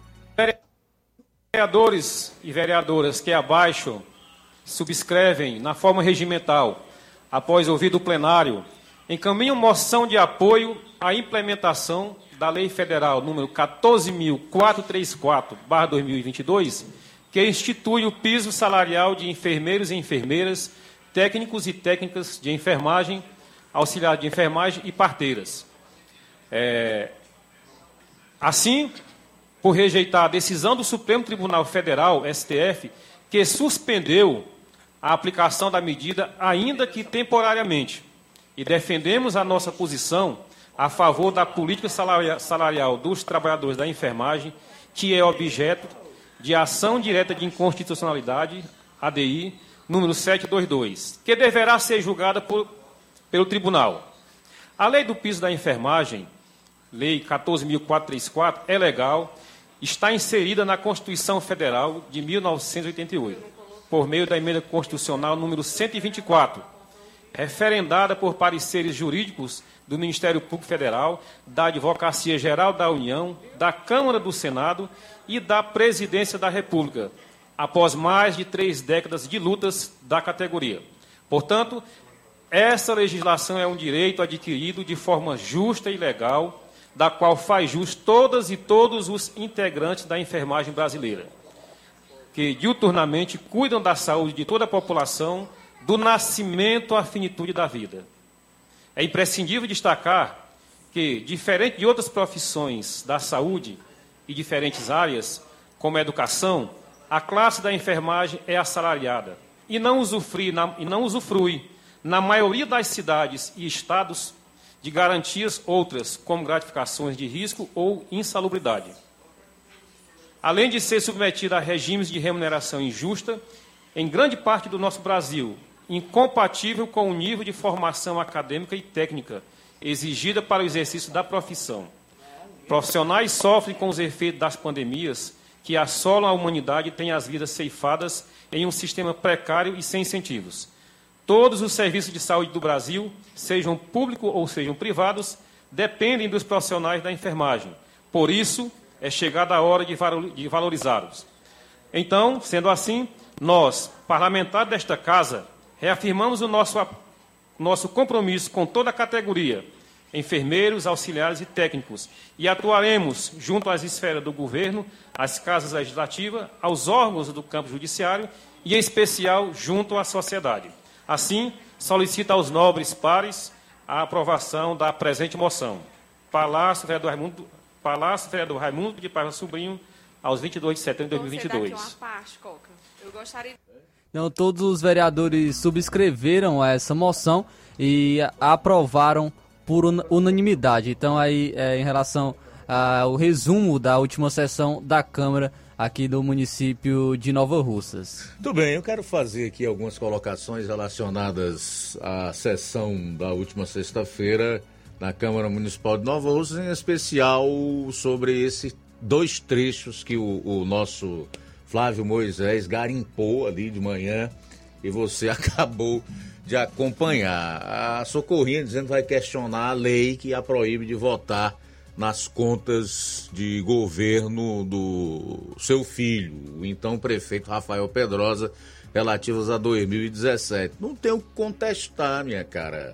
Vereadores e vereadoras que abaixo subscrevem na forma regimental, após ouvido o plenário, encaminham moção de apoio à implementação da Lei Federal número quatorze mil quatrocentos e trinta e quatro barra dois mil e vinte e dois, que institui o piso salarial de enfermeiros e enfermeiras, técnicos e técnicas de enfermagem, auxiliar de enfermagem e parteiras. É, assim, por rejeitar a decisão do Supremo Tribunal Federal, S T F, que suspendeu a aplicação da medida, ainda que temporariamente, e defendemos a nossa posição a favor da política salarial dos trabalhadores da enfermagem, que é objeto de ação direta de inconstitucionalidade, A D I, número setecentos e vinte e dois, que deverá ser julgada por, pelo tribunal. A lei do piso da enfermagem, Lei quatorze mil quatrocentos e trinta e quatro, é legal, está inserida na Constituição Federal de mil novecentos e oitenta e oito, por meio da emenda constitucional número cento e vinte e quatro, referendada por pareceres jurídicos do Ministério Público Federal, da Advocacia Geral da União, da Câmara do Senado e da Presidência da República, após mais de três décadas de lutas da categoria. Portanto, essa legislação é um direito adquirido de forma justa e legal, da qual faz jus todas e todos os integrantes da enfermagem brasileira, que diuturnamente cuidam da saúde de toda a população, do nascimento à finitude da vida. É imprescindível destacar que, diferente de outras profissões da saúde e diferentes áreas, como a educação, a classe da enfermagem é assalariada e não usufrui, na, e não usufrui, na maioria das cidades e estados, de garantias outras, como gratificações de risco ou insalubridade. Além de ser submetida a regimes de remuneração injusta, em grande parte do nosso Brasil, incompatível com o nível de formação acadêmica e técnica exigida para o exercício da profissão. Profissionais sofrem com os efeitos das pandemias que assolam a humanidade e têm as vidas ceifadas em um sistema precário e sem incentivos. Todos os serviços de saúde do Brasil, sejam públicos ou sejam privados, dependem dos profissionais da enfermagem. Por isso, é chegada a hora de valorizá-los. Então, sendo assim, nós, parlamentares desta Casa, reafirmamos o nosso, nosso compromisso com toda a categoria, enfermeiros, auxiliares e técnicos, e atuaremos junto às esferas do governo, às casas legislativas, aos órgãos do campo judiciário e, em especial, junto à sociedade. Assim, solicito aos nobres pares a aprovação da presente moção. Palácio Vereador Raimundo, Palácio Vereador Raimundo de Paiva Sobrinho, aos vinte e dois de setembro de dois mil e vinte e dois. Uma parte, Coca. Eu gostaria... Então, todos os vereadores subscreveram essa moção e aprovaram por unanimidade. Então, aí, é, em relação ao resumo da última sessão da Câmara aqui do município de Nova Russas. Tudo bem, eu quero fazer aqui algumas colocações relacionadas à sessão da última sexta-feira na Câmara Municipal de Nova Russas, em especial sobre esses dois trechos que o, o nosso Flávio Moisés garimpou ali de manhã e você acabou de acompanhar. A Socorrinha dizendo que vai questionar a lei que a proíbe de votar nas contas de governo do seu filho, o então prefeito Rafael Pedrosa, relativas a dois mil e dezessete. Não tem o que contestar, minha cara,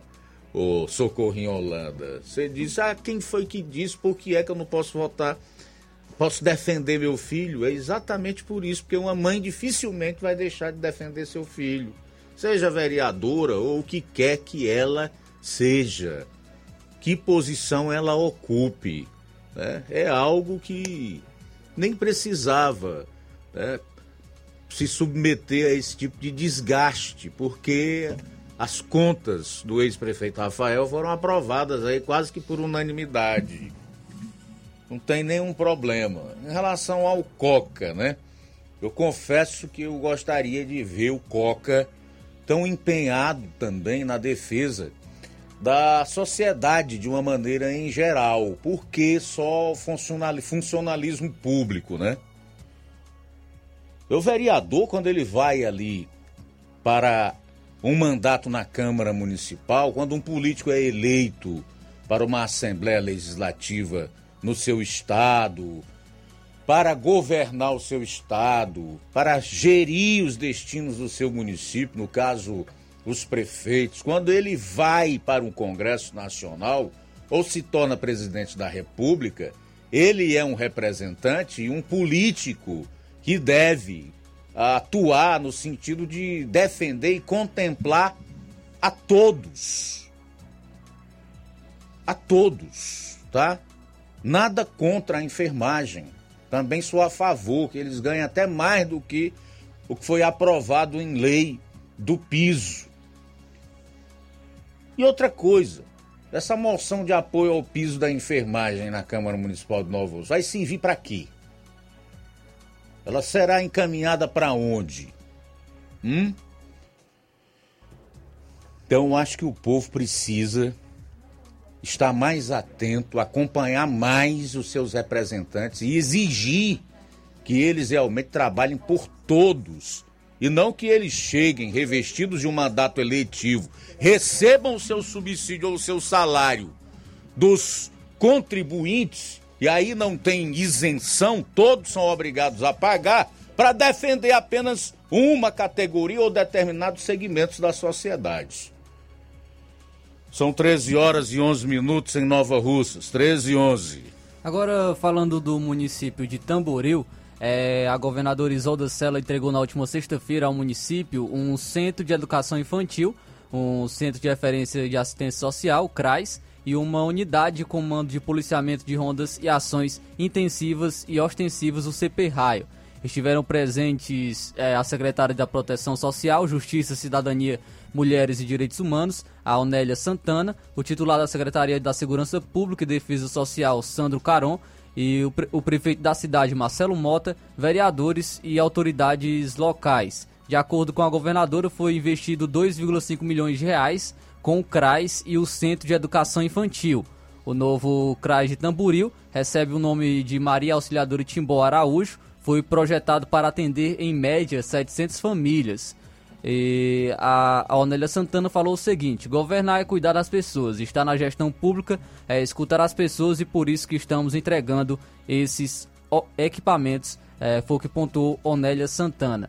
ô Socorrinha Holanda. Você disse, ah, quem foi que disse, por que é que eu não posso votar? Posso defender meu filho? É exatamente por isso, porque uma mãe dificilmente vai deixar de defender seu filho, seja vereadora ou o que quer que ela seja, que posição ela ocupe, né? É algo que nem precisava, né, se submeter a esse tipo de desgaste, porque as contas do ex-prefeito Rafael foram aprovadas aí quase que por unanimidade. Não tem nenhum problema. Em relação ao Coca, né? Eu confesso que eu gostaria de ver o Coca tão empenhado também na defesa da sociedade de uma maneira em geral. Por que só funcionalismo público, né? O vereador, quando ele vai ali para um mandato na Câmara Municipal, quando um político é eleito para uma Assembleia Legislativa no seu estado, para governar o seu estado, para gerir os destinos do seu município, no caso, os prefeitos, quando ele vai para um Congresso Nacional ou se torna presidente da República, ele é um representante e um político que deve atuar no sentido de defender e contemplar a todos. A todos, tá? Nada contra a enfermagem. Também sou a favor que eles ganhem até mais do que o que foi aprovado em lei do piso. E outra coisa, essa moção de apoio ao piso da enfermagem na Câmara Municipal de Nova Russas vai servir para quê? Ela será encaminhada para onde? Hum? Então, acho que o povo precisa estar mais atento, acompanhar mais os seus representantes e exigir que eles realmente trabalhem por todos e não que eles cheguem revestidos de um mandato eletivo, recebam o seu subsídio ou o seu salário dos contribuintes, e aí não tem isenção, todos são obrigados a pagar, para defender apenas uma categoria ou determinados segmentos da sociedade. São treze horas e onze minutos em Nova Russas, treze e onze. Agora, falando do município de Tamboril, é, a governadora Isolda Sela entregou na última sexta-feira ao município um centro de educação infantil, um centro de referência de assistência social, CRAS, e uma unidade de comando de policiamento de rondas e ações intensivas e ostensivas, o C P Raio. Estiveram presentes é, a secretária da Proteção Social, Justiça, Cidadania, Mulheres e Direitos Humanos, a Onélia Santana, o titular da Secretaria da Segurança Pública e Defesa Social, Sandro Caron, e o, pre- o prefeito da cidade, Marcelo Mota, vereadores e autoridades locais. De acordo com a governadora, foi investido dois vírgula cinco milhões de reais com o CRAS e o Centro de Educação Infantil. O novo CRAS de Tamboril recebe o nome de Maria Auxiliadora Timbó Araújo, foi projetado para atender em média setecentas famílias. E a, a Onélia Santana falou o seguinte: governar é cuidar das pessoas, estar na gestão pública é escutar as pessoas e por isso que estamos entregando esses equipamentos, é, foi o que pontuou Onélia Santana.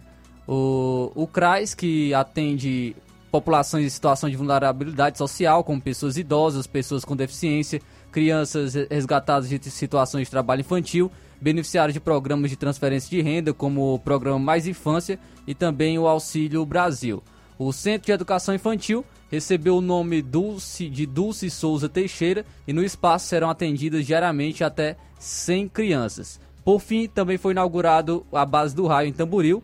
O, o CRAS, que atende populações em situação de vulnerabilidade social, como pessoas idosas, pessoas com deficiência, crianças resgatadas de situações de trabalho infantil, beneficiários de programas de transferência de renda, como o Programa Mais Infância e também o Auxílio Brasil. O Centro de Educação Infantil recebeu o nome Dulce, de Dulce Souza Teixeira e no espaço serão atendidas diariamente até cem crianças. Por fim, também foi inaugurado a base do Raio em Tamboril,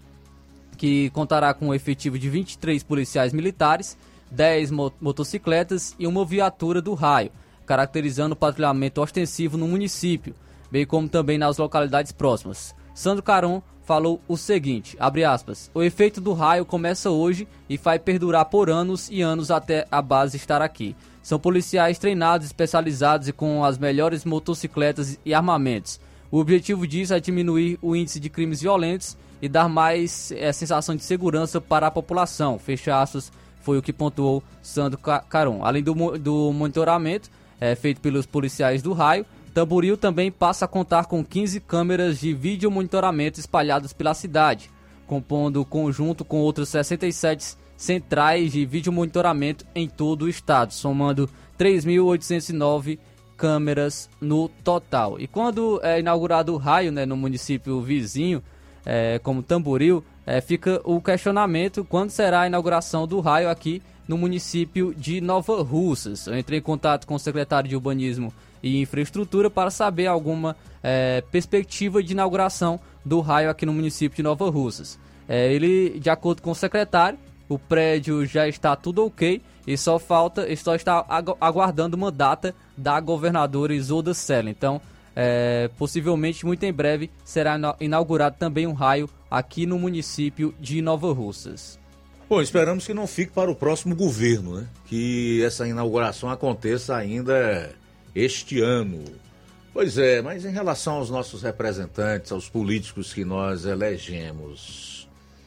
que contará com um efetivo de vinte e três policiais militares, dez mo- motocicletas e uma viatura do Raio, caracterizando o patrulhamento ostensivo no município, bem como também nas localidades próximas. Sandro Caron falou o seguinte, abre aspas, o efeito do raio começa hoje e vai perdurar por anos e anos até a base estar aqui. São policiais treinados, especializados e com as melhores motocicletas e armamentos. O objetivo disso é diminuir o índice de crimes violentos e dar mais é, sensação de segurança para a população. Fecha aspas, foi o que pontuou Sandro Caron. Além do, do monitoramento é, feito pelos policiais do raio, Tamboril também passa a contar com quinze câmeras de vídeo monitoramento espalhadas pela cidade, compondo o conjunto com outras sessenta e sete centrais de vídeo monitoramento em todo o estado, somando três mil oitocentos e nove câmeras no total. E quando é inaugurado o raio, né, no município vizinho, é, como Tamboril, é, fica o questionamento quando será a inauguração do raio aqui no município de Nova Russas. Eu entrei em contato com o secretário de Urbanismo e Infraestrutura para saber alguma é, perspectiva de inauguração do raio aqui no município de Nova Russas. É, ele, de acordo com o secretário, o prédio já está tudo ok e só falta, só está aguardando uma data da governadora Isolda Sela. Então, é, possivelmente, muito em breve, será inaugurado também um raio aqui no município de Nova Russas. Bom, esperamos que não fique para o próximo governo, né? Que essa inauguração aconteça ainda este ano. Pois é, mas em relação aos nossos representantes, aos políticos que nós elegemos,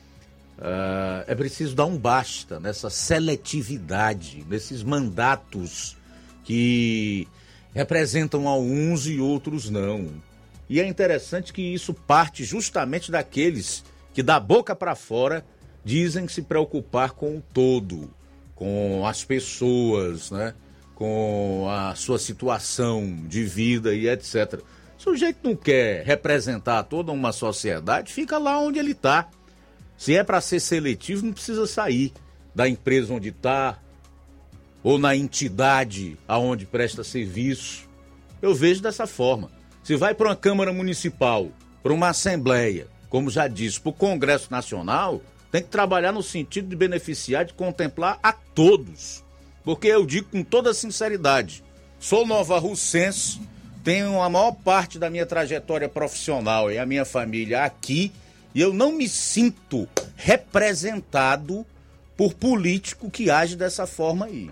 uh, é preciso dar um basta nessa seletividade, nesses mandatos que representam alguns e outros não. E é interessante que isso parte justamente daqueles que da boca para fora dizem se preocupar com o todo, com as pessoas, né? Com a sua situação de vida e etcétera. Se o sujeito não quer representar toda uma sociedade, fica lá onde ele está. Se é para ser seletivo, não precisa sair da empresa onde está ou na entidade aonde presta serviço. Eu vejo dessa forma. Se vai para uma Câmara Municipal, para uma Assembleia, como já disse, para o Congresso Nacional, tem que trabalhar no sentido de beneficiar, de contemplar a todos. Porque eu digo com toda sinceridade, sou novarrussense, tenho a maior parte da minha trajetória profissional e a minha família aqui, e eu não me sinto representado por político que age dessa forma aí.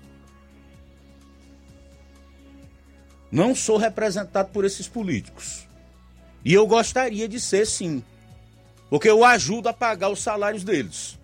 Não sou representado por esses políticos. E eu gostaria de ser, sim. porque eu ajudo a pagar os salários deles.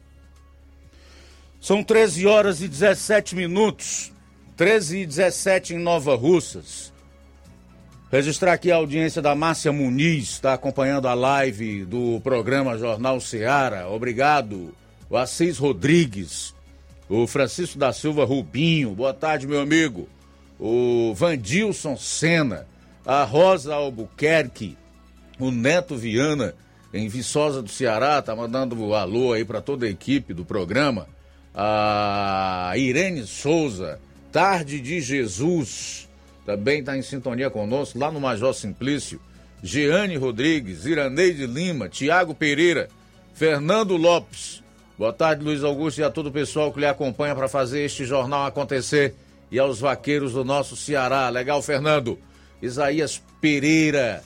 São treze horas e dezessete minutos, treze e dezessete em Nova Russas. Registrar aqui a audiência da Márcia Muniz, está acompanhando a live do programa Jornal Ceará. Obrigado. O Assis Rodrigues, o Francisco da Silva Rubinho, boa tarde, meu amigo. O Vandilson Sena, a Rosa Albuquerque, o Neto Viana, em Viçosa do Ceará, tá mandando um alô aí para toda a equipe do programa. A Irene Souza, Tarde de Jesus, também está em sintonia conosco, lá no Major Simplício. Jeane Rodrigues, Iraneide Lima, Tiago Pereira, Fernando Lopes. Boa tarde, Luiz Augusto, e a todo o pessoal que lhe acompanha para fazer este jornal acontecer, e aos vaqueiros do nosso Ceará. Legal, Fernando. Isaías Pereira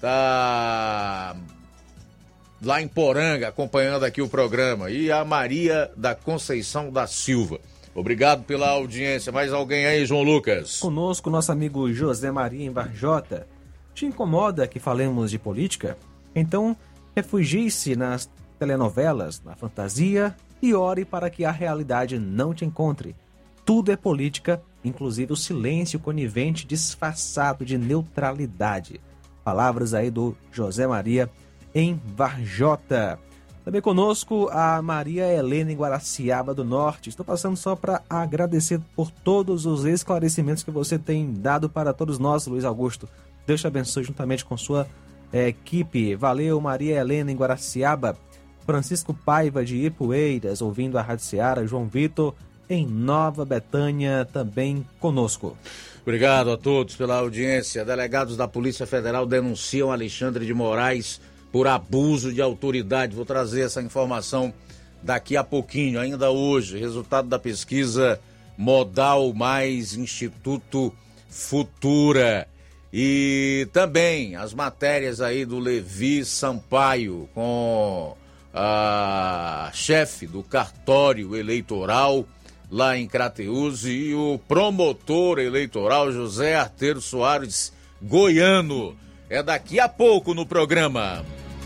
tá lá em Poranga acompanhando aqui o programa, e a Maria da Conceição da Silva. Obrigado pela audiência. Mais alguém aí, João Lucas? Conosco, nosso amigo José Maria em Varjota. Te incomoda que falemos de política? Então, refugie-se nas telenovelas, na fantasia e ore para que a realidade não te encontre. Tudo é política, inclusive o silêncio conivente disfarçado de neutralidade. Palavras aí do José Maria em Varjota. Também conosco a Maria Helena em Guaraciaba do Norte. Estou passando só para agradecer por todos os esclarecimentos que você tem dado para todos nós, Luiz Augusto. Deus te abençoe juntamente com sua é, equipe. Valeu, Maria Helena em Guaraciaba. Francisco Paiva de Ipueiras, ouvindo a Rádio Ceará. João Vitor em Nova Betânia, também conosco. Obrigado a todos pela audiência. Delegados da Polícia Federal denunciam Alexandre de Moraes por abuso de autoridade. Vou trazer essa informação daqui a pouquinho, ainda hoje. Resultado da pesquisa Modal Mais Instituto Futura. E também as matérias aí do Levi Sampaio com a chefe do cartório eleitoral lá em Crateús e o promotor eleitoral José Arteiro Soares Goiano. É daqui a pouco no programa.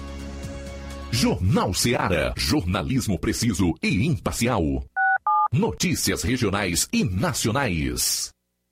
Jornal Ceará, jornalismo preciso e imparcial. Notícias regionais e nacionais.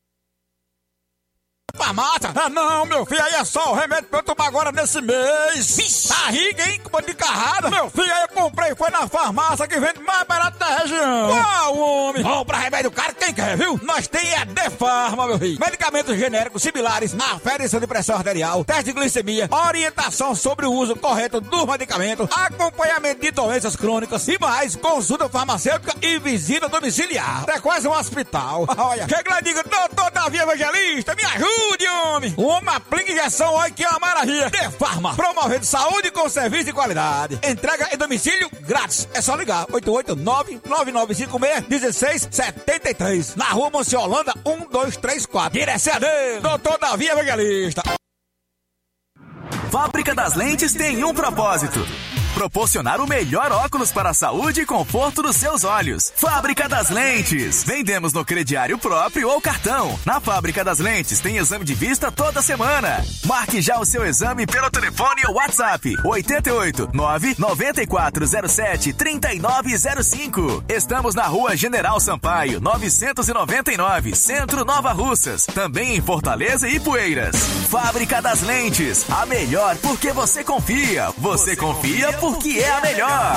Farmácia? Ah, não, meu filho, aí é só o remédio pra eu tomar agora nesse mês. Vixe, barriga, hein, com de carrada. Meu filho, aí eu comprei, foi na farmácia que vende mais barato da região. Qual, homem? Bom, pra remédio caro, quem quer, viu? Nós tem a Defarma, meu filho. Medicamentos genéricos similares, aferição de pressão arterial, teste de glicemia, orientação sobre o uso correto do medicamento, acompanhamento de doenças crônicas e mais, consulta farmacêutica e visita domiciliar. É quase um hospital. Olha, chega lá e diga, doutor Davi Evangelista, me ajuda. Homem. Uma aplica injeção, olha que é uma maravilha. Defarma, promovendo saúde com serviço de qualidade. Entrega em domicílio grátis. É só ligar, oito oito nove, nove nove cinco seis, um seis sete três. Na rua Monsiolanda, um dois três quatro. Direção dele, doutor Davi Evangelista. Fábrica das Lentes tem um propósito: proporcionar o melhor óculos para a saúde e conforto dos seus olhos. Fábrica das Lentes. Vendemos no crediário próprio ou cartão. Na Fábrica das Lentes tem exame de vista toda semana. Marque já o seu exame pelo telefone ou WhatsApp oito oito nove nove quatro zero sete três nove zero cinco. Estamos na Rua General Sampaio, novecentos e noventa e nove, Centro Nova Russas. Também em Fortaleza e Ipueiras. Fábrica das Lentes. A melhor porque você confia. Você, você confia por porque é a melhor.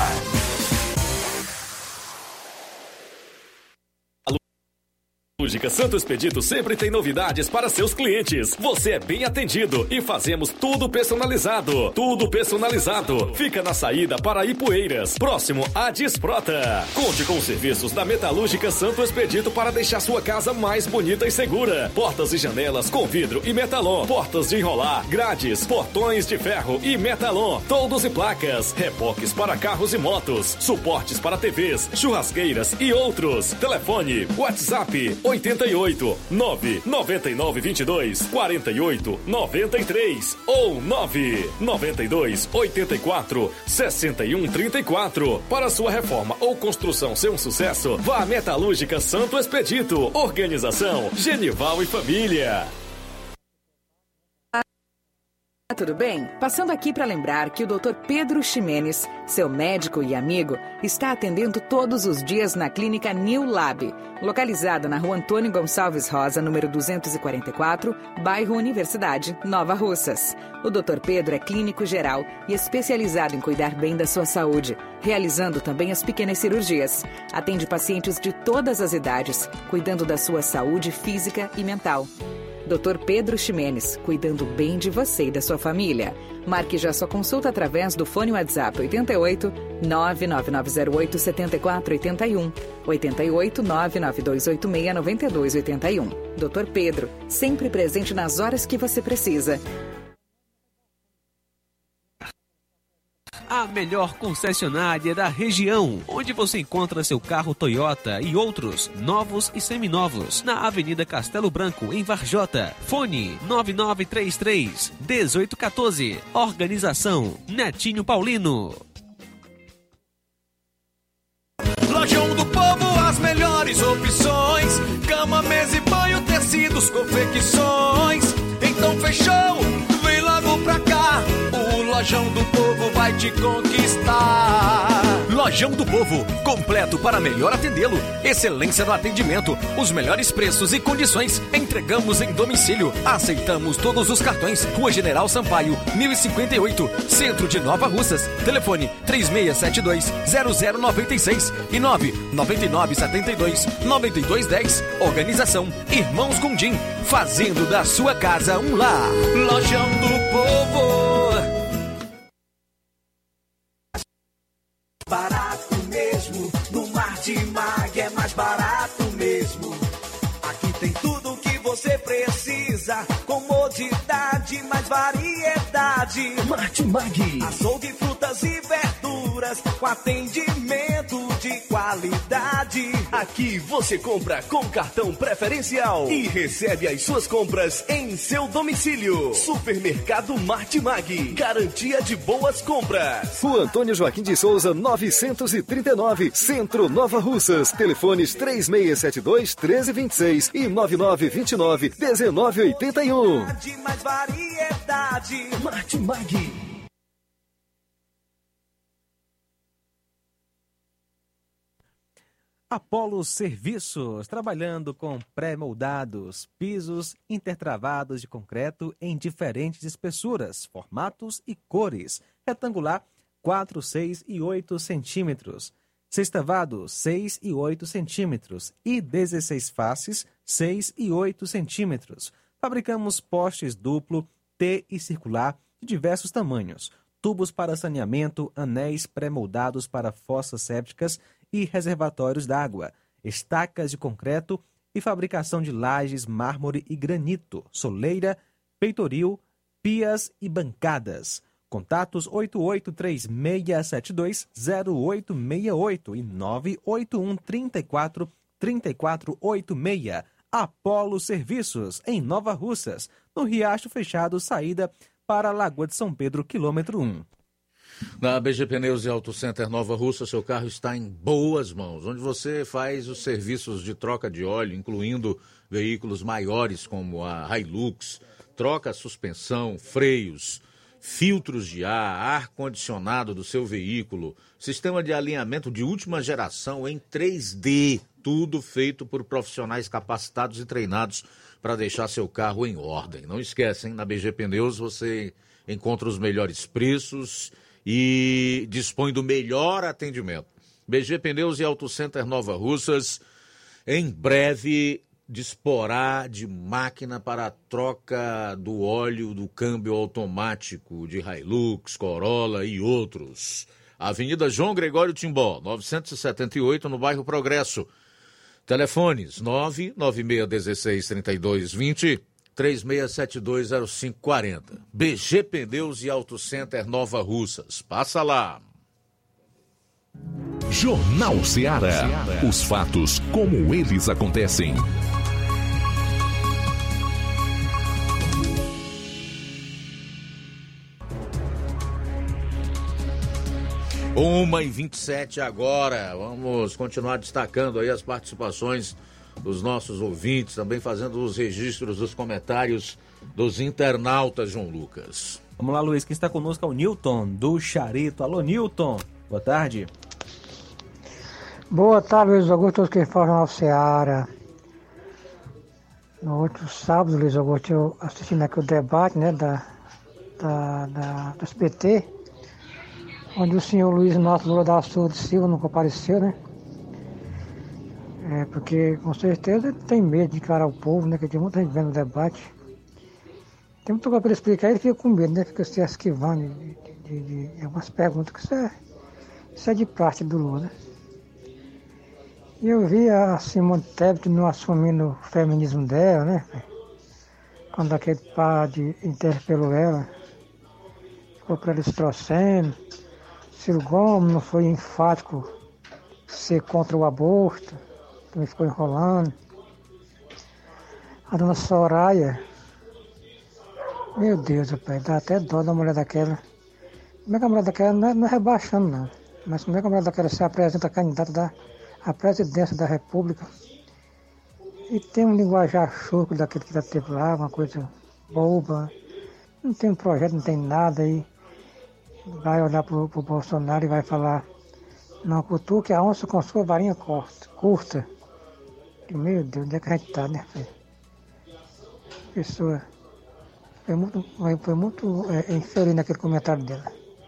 Lúdica Santo Expedito sempre tem novidades para seus clientes. Você é bem atendido e fazemos tudo personalizado. Tudo personalizado. Fica na saída para Ipueiras, próximo a Desprota. Conte com os serviços da Metalúrgica Santo Expedito para deixar sua casa mais bonita e segura. Portas e janelas com vidro e metalon. Portas de enrolar, grades, portões de ferro e metalon. Toldos e placas. Reboques para carros e motos. Suportes para T Vs, churrasqueiras e outros. Telefone, WhatsApp oito oito nove nove nove dois dois quatro oito nove três ou nove nove dois oito quatro seis um três quatro. Para sua reforma ou construção ser um sucesso, vá à Metalúrgica Santo Expedito. Organização Genival e Família. Tudo bem? Passando aqui para lembrar que o doutor Pedro Ximenes, seu médico e amigo, está atendendo todos os dias na clínica New Lab, localizada na rua Antônio Gonçalves Rosa, número duzentos e quarenta e quatro, bairro Universidade, Nova Russas. O doutor Pedro é clínico geral e especializado em cuidar bem da sua saúde, realizando também as pequenas cirurgias. Atende pacientes de todas as idades, cuidando da sua saúde física e mental. doutor Pedro Ximenes, cuidando bem de você e da sua família. Marque já sua consulta através do fone WhatsApp oito oito, nove nove nove zero oito, sete quatro oito um, oito oito, nove nove dois oito seis, nove dois oito um. doutor Pedro, sempre presente nas horas que você precisa. A melhor concessionária da região, onde você encontra seu carro Toyota e outros, novos e seminovos, na Avenida Castelo Branco, em Varjota. Fone nove nove três três, um oito um quatro. Organização Netinho Paulino. Lojão do Povo, as melhores opções: cama, mesa e banho, tecidos, confecções. Então fechou, vem logo pra cá. O Lojão do Povo vai te conquistar. Lojão do Povo, completo para melhor atendê-lo. Excelência no atendimento, os melhores preços e condições. Entregamos em domicílio. Aceitamos todos os cartões. Rua General Sampaio, mil e cinquenta e oito, Centro de Nova Russas. Telefone três seis sete dois, zero zero nove seis e nove nove nove sete dois, nove dois um zero. Organização Irmãos Gondim, fazendo da sua casa um lar. Lojão do Povo. Barato mesmo, no Martimag é mais barato mesmo. Aqui tem tudo o que você precisa, comodidade, mais variedade. Martimag, açougue, frutas e verduras, com atendimento de qualidade. Aqui você compra com cartão preferencial e recebe as suas compras em seu domicílio. Supermercado Martimag, garantia de boas compras. Rua Antônio Joaquim de Souza, novecentos e trinta e nove, Centro, Nova Russas. Telefones três seis sete dois, um três dois seis e nove nove dois nove, um nove oito um. Mais variedade. Martimag. Apolo Serviços, trabalhando com pré-moldados, pisos intertravados de concreto em diferentes espessuras, formatos e cores. Retangular, quatro, seis e oito centímetros. Sextavado, seis e oito centímetros. E dezesseis faces, seis e oito centímetros. Fabricamos postes duplo, T e circular de diversos tamanhos. Tubos para saneamento, anéis pré-moldados para fossas sépticas e reservatórios d'água, estacas de concreto e fabricação de lajes, mármore e granito, soleira, peitoril, pias e bancadas. Contatos oito oito três seis sete dois, zero oito seis oito e nove oito um, três quatro, três quatro oito seis. Apolo Serviços, em Nova Russas, no Riacho Fechado, saída para a Lagoa de São Pedro, quilômetro um. Na B G Pneus e Auto Center Nova Russa, seu carro está em boas mãos, onde você faz os serviços de troca de óleo, incluindo veículos maiores como a Hilux, troca suspensão, freios, filtros de ar, ar-condicionado do seu veículo, sistema de alinhamento de última geração em três D, tudo feito por profissionais capacitados e treinados para deixar seu carro em ordem. Não esquecem, na B G Pneus você encontra os melhores preços e dispõe do melhor atendimento. B G Pneus e Auto Center Nova Russas, em breve disporá de máquina para a troca do óleo do câmbio automático de Hilux, Corolla e outros. Avenida João Gregório Timbó, novecentos e setenta e oito, no bairro Progresso. Telefones nove nove seis um seis, três dois dois zero, três seis sete dois, zero cinco quatro zero. B G Pneus e Auto Center Nova Russas. Passa lá. Jornal Ceará. Os fatos como eles acontecem. uma e vinte e sete agora. Vamos continuar destacando aí as participações dos nossos ouvintes, também fazendo os registros dos comentários dos internautas, João Lucas. Vamos lá, Luiz, quem está conosco é o Newton, do Charito. Alô, Newton, boa tarde. Boa tarde, Luiz Augusto, todos que falam ao Ceará. No outro sábado, Luiz Augusto, eu assistindo aqui o debate, né, da, da, da, do S B T, onde o senhor Luiz Inácio Lula da Silva de Silva não compareceu, né? É, porque com certeza ele tem medo de encarar o povo, né? Que tem muita gente vendo o debate. Tem muita coisa para ele explicar, ele fica com medo, né? Fica se esquivando de, de, de, de algumas perguntas, que isso é, isso é de parte do Lula, né? E eu vi a Simone Tebet não assumindo o feminismo dela, né? Quando aquele padre interpelou ela, ficou para ela estrocendo. Ciro Gomes não foi enfático ser contra o aborto, também ficou enrolando. A dona Soraya, meu Deus, rapaz, dá até dó da mulher daquela. Como é que a mulher daquela não é, não é rebaixando, não. Mas como é que a mulher daquela se apresenta candidata da a presidência da República e tem um linguajar choco daquele que já teve lá, uma coisa boba, não tem um projeto, não tem nada aí, vai olhar pro, pro Bolsonaro e vai falar, não, cultura que a onça com sua varinha curta, curta. E, meu Deus, onde é que a gente tá, né, filho? Pessoa, foi muito, foi muito é, infeliz naquele comentário dela.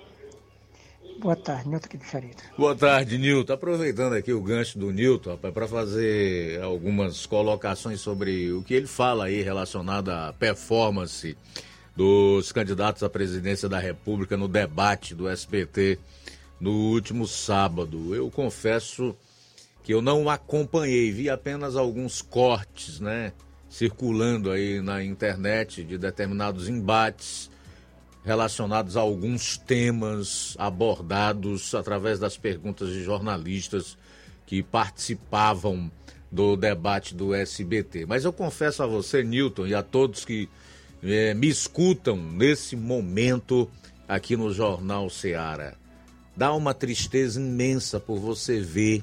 Boa tarde, Nilton aqui do Charito. Boa tarde, Nilton. Aproveitando aqui o gancho do Nilton, para fazer algumas colocações sobre o que ele fala aí relacionado à performance dos candidatos à presidência da República no debate do S B T no último sábado. Eu confesso que eu não acompanhei, vi apenas alguns cortes, né, circulando aí na internet de determinados embates relacionados a alguns temas abordados através das perguntas de jornalistas que participavam do debate do S B T. Mas eu confesso a você, Nilton, e a todos que eh, me escutam nesse momento aqui no Jornal Ceará, dá uma tristeza imensa por você ver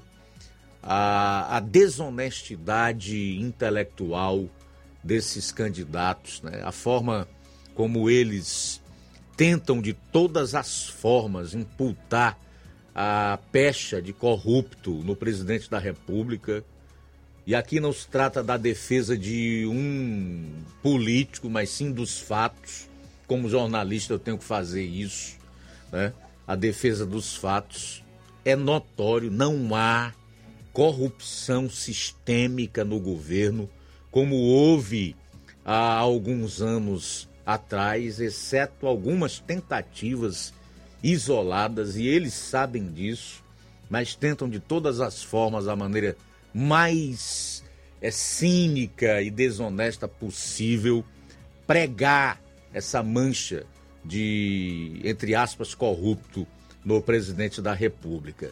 a, a desonestidade intelectual desses candidatos, né? A forma como eles tentam de todas as formas imputar a pecha de corrupto no presidente da República. E aqui não se trata da defesa de um político, mas sim dos fatos. Como jornalista eu tenho que fazer isso, né? A defesa dos fatos. É notório, não há corrupção sistêmica no governo, como houve há alguns anos atrás, exceto algumas tentativas isoladas, e eles sabem disso, mas tentam de todas as formas, da maneira mais é, cínica e desonesta possível, pregar essa mancha de, entre aspas, corrupto no presidente da República.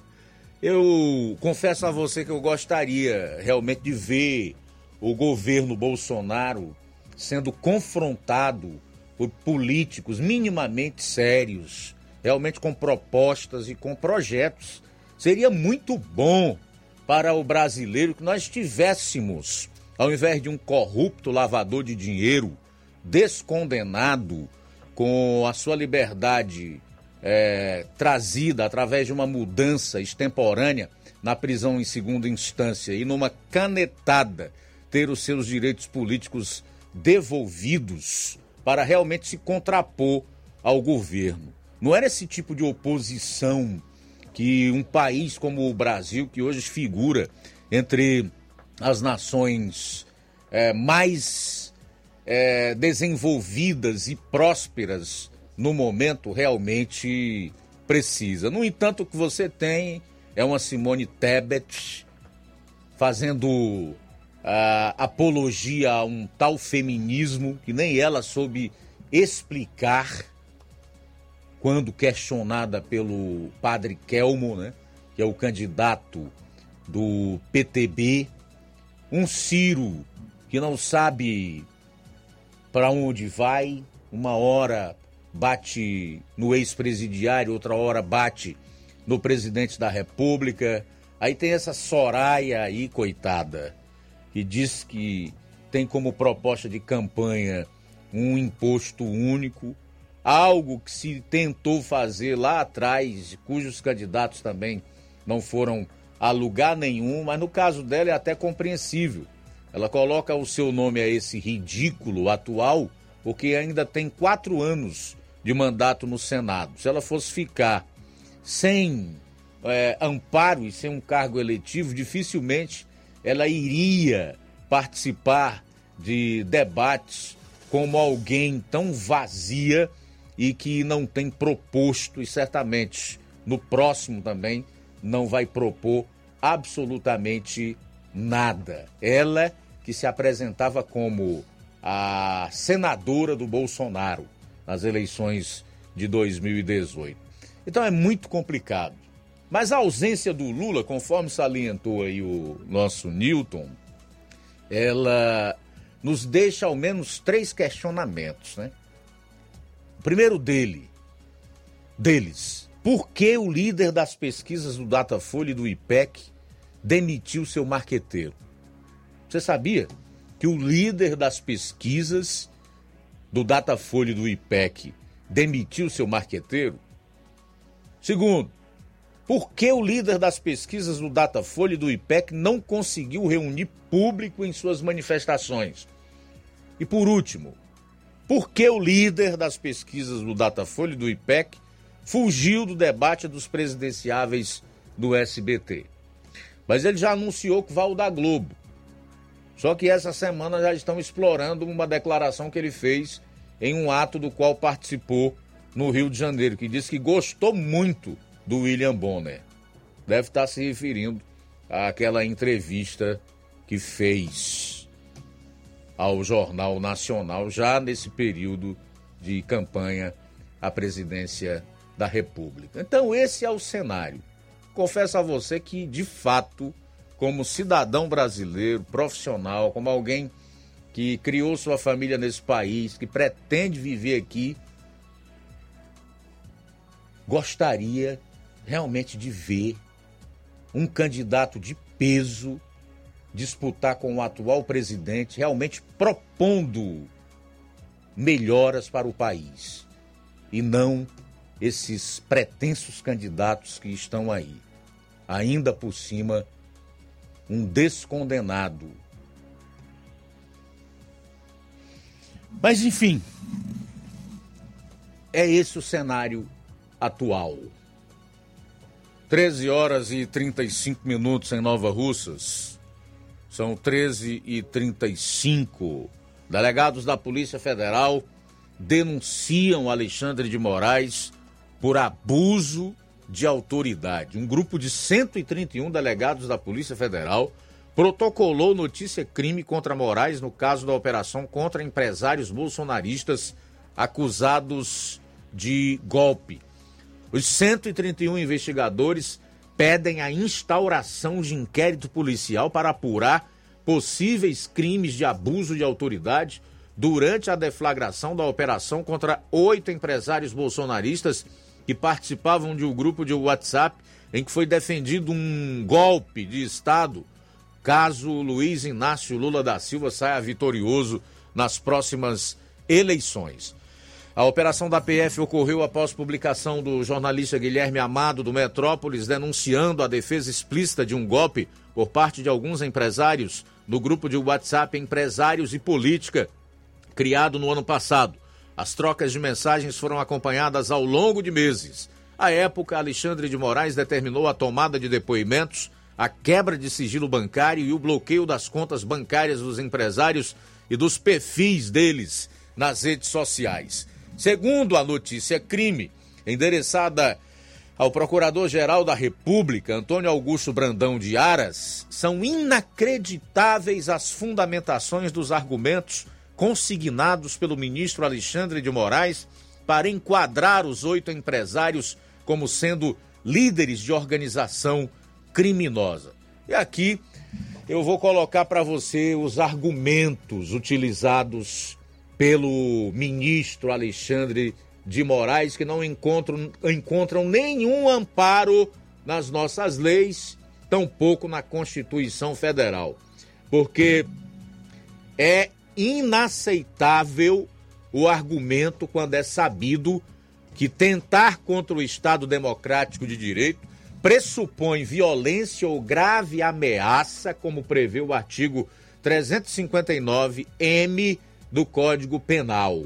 Eu confesso a você que eu gostaria realmente de ver o governo Bolsonaro sendo confrontado por políticos minimamente sérios, realmente com propostas e com projetos. Seria muito bom para o brasileiro que nós tivéssemos, ao invés de um corrupto lavador de dinheiro, descondenado, com a sua liberdade é, trazida através de uma mudança extemporânea na prisão em segunda instância e numa canetada ter os seus direitos políticos devolvidos para realmente se contrapor ao governo. Não era esse tipo de oposição que um país como o Brasil, que hoje figura entre as nações é, mais é, desenvolvidas e prósperas no momento, realmente precisa. No entanto, o que você tem é uma Simone Tebet fazendo Uh, apologia a um tal feminismo que nem ela soube explicar quando questionada pelo padre Kelmo, né, que é o candidato do P T B, um Ciro que não sabe para onde vai, uma hora bate no ex-presidiário, outra hora bate no presidente da República. Aí tem essa Soraya aí, coitada, que diz que tem como proposta de campanha um imposto único, algo que se tentou fazer lá atrás, cujos candidatos também não foram a lugar nenhum, mas no caso dela é até compreensível. Ela coloca o seu nome a esse ridículo atual, porque ainda tem quatro anos de mandato no Senado. Se ela fosse ficar sem é, amparo e sem um cargo eletivo, dificilmente ela iria participar de debates como alguém tão vazia e que não tem proposto, e certamente no próximo também não vai propor absolutamente nada. Ela que se apresentava como a senadora do Bolsonaro nas eleições de dois mil e dezoito. Então é muito complicado. Mas a ausência do Lula, conforme salientou aí o nosso Newton, ela nos deixa ao menos três questionamentos, né? O primeiro dele, deles, por que o líder das pesquisas do Datafolha e do I P E C demitiu seu marqueteiro? Você sabia que o líder das pesquisas do Datafolha e do I P E C demitiu seu marqueteiro? Segundo, por que o líder das pesquisas do Datafolha e do I P E C não conseguiu reunir público em suas manifestações? E por último, por que o líder das pesquisas do Datafolha e do I P E C fugiu do debate dos presidenciáveis do S B T? Mas ele já anunciou que vai ao da Globo. Só que essa semana já estão explorando uma declaração que ele fez em um ato do qual participou no Rio de Janeiro, que disse que gostou muito do William Bonner. Deve estar se referindo àquela entrevista que fez ao Jornal Nacional, já nesse período de campanha à presidência da República. Então esse é o cenário. Confesso a você que, de fato, como cidadão brasileiro, profissional, como alguém que criou sua família nesse país, que pretende viver aqui, gostaria realmente de ver um candidato de peso disputar com o atual presidente, realmente propondo melhoras para o país, e não esses pretensos candidatos que estão aí. Ainda por cima, um descondenado. Mas, enfim, é esse o cenário atual. treze horas e trinta e cinco minutos em Nova Russas. São treze e trinta e cinco. Delegados da Polícia Federal denunciam Alexandre de Moraes por abuso de autoridade. Um grupo de cento e trinta e um delegados da Polícia Federal protocolou notícia-crime contra Moraes no caso da operação contra empresários bolsonaristas acusados de golpe. Os cento e trinta e um investigadores pedem a instauração de inquérito policial para apurar possíveis crimes de abuso de autoridade durante a deflagração da operação contra oito empresários bolsonaristas que participavam de um grupo de WhatsApp em que foi defendido um golpe de Estado caso Luiz Inácio Lula da Silva saia vitorioso nas próximas eleições. A operação da P F ocorreu após publicação do jornalista Guilherme Amado, do Metrópolis, denunciando a defesa explícita de um golpe por parte de alguns empresários do grupo de WhatsApp Empresários e Política, criado no ano passado. As trocas de mensagens foram acompanhadas ao longo de meses. À época, Alexandre de Moraes determinou a tomada de depoimentos, a quebra de sigilo bancário e o bloqueio das contas bancárias dos empresários e dos perfis deles nas redes sociais. Segundo a notícia crime, endereçada ao Procurador-Geral da República, Antônio Augusto Brandão de Aras, são inacreditáveis as fundamentações dos argumentos consignados pelo ministro Alexandre de Moraes para enquadrar os oito empresários como sendo líderes de organização criminosa. E aqui eu vou colocar para você os argumentos utilizados pelo ministro Alexandre de Moraes, que não encontram, encontram nenhum amparo nas nossas leis, tampouco na Constituição Federal. Porque é inaceitável o argumento quando é sabido que tentar contra o Estado Democrático de Direito pressupõe violência ou grave ameaça, como prevê o artigo trezentos e cinquenta e nove M do Código Penal.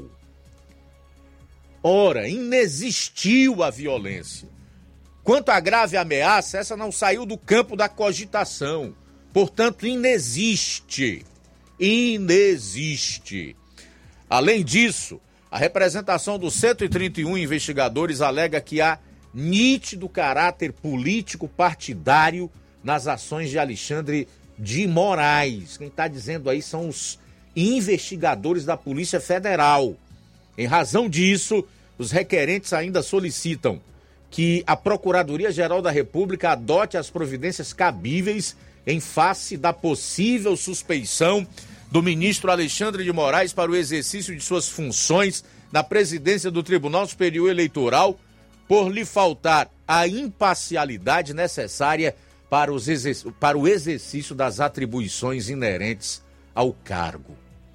Ora, inexistiu a violência. Quanto à grave ameaça, essa não saiu do campo da cogitação. Portanto, inexiste. Inexiste. Além disso, a representação dos cento e trinta e um investigadores alega que há nítido caráter político partidário nas ações de Alexandre de Moraes. Quem está dizendo aí são os investigadores da Polícia Federal. Em razão disso, os requerentes ainda solicitam que a Procuradoria-Geral da República adote as providências cabíveis em face da possível suspeição do ministro Alexandre de Moraes para o exercício de suas funções na presidência do Tribunal Superior Eleitoral, por lhe faltar a imparcialidade necessária para, os exerc- para o exercício das atribuições inerentes ao cargo.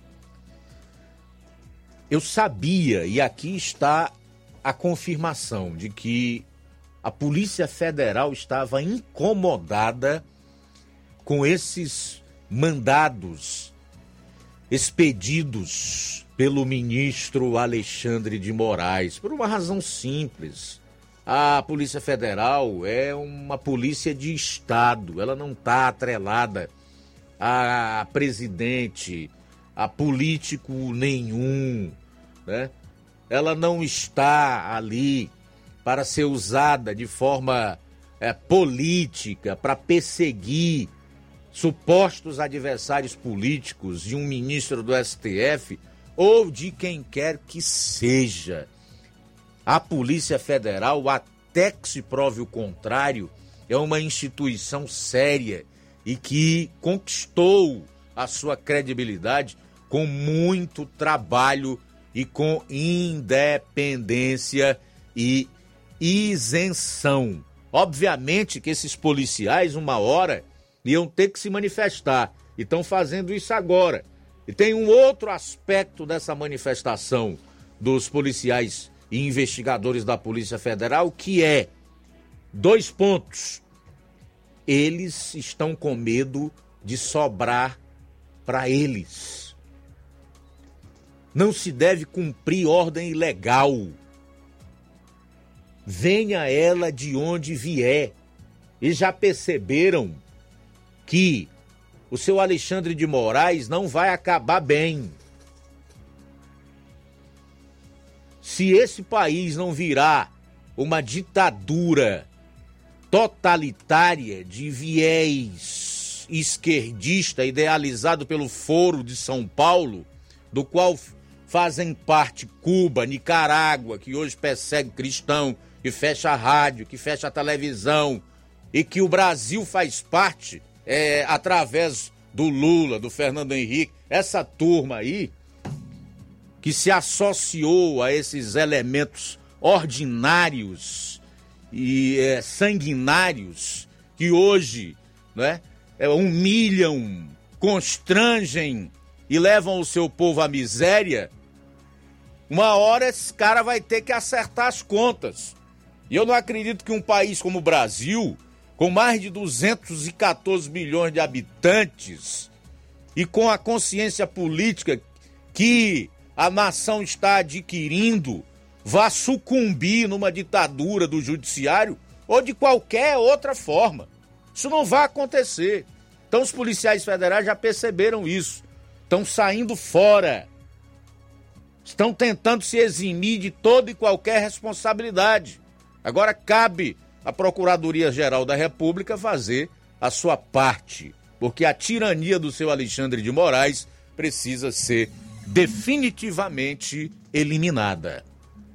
Eu sabia, e aqui está a confirmação de que a Polícia Federal estava incomodada com esses mandados expedidos pelo ministro Alexandre de Moraes, por uma razão simples. A Polícia Federal é uma polícia de Estado, ela não está atrelada a presidente, a político nenhum, né? Ela não está ali para ser usada de forma é, política, para perseguir supostos adversários políticos de um ministro do S T F ou de quem quer que seja. A Polícia Federal, até que se prove o contrário, é uma instituição séria e que conquistou a sua credibilidade com muito trabalho e com independência e isenção. Obviamente que esses policiais, uma hora, iam ter que se manifestar e estão fazendo isso agora. E tem um outro aspecto dessa manifestação dos policiais e investigadores da Polícia Federal, que é, dois pontos, eles estão com medo de sobrar para eles. Não se deve cumprir ordem ilegal. Venha ela de onde vier. E já perceberam que o seu Alexandre de Moraes não vai acabar bem. Se esse país não virar uma ditadura totalitária de viés esquerdista idealizado pelo Foro de São Paulo, do qual fazem parte Cuba, Nicarágua, que hoje persegue cristão, que fecha a rádio, que fecha a televisão, e que o Brasil faz parte é, através do Lula, do Fernando Henrique, essa turma aí, que se associou a esses elementos ordinários e é, sanguinários, que hoje, né, é, humilham, constrangem e levam o seu povo à miséria. Uma hora esse cara vai ter que acertar as contas. E eu não acredito que um país como o Brasil, com mais de duzentos e quatorze milhões de habitantes e com a consciência política que a nação está adquirindo, vá sucumbir numa ditadura do judiciário ou de qualquer outra forma. Isso não vai acontecer. Então os policiais federais já perceberam isso. Estão saindo fora. Estão tentando se eximir de toda e qualquer responsabilidade. Agora cabe à Procuradoria-Geral da República fazer a sua parte, porque a tirania do seu Alexandre de Moraes precisa ser definitivamente eliminada.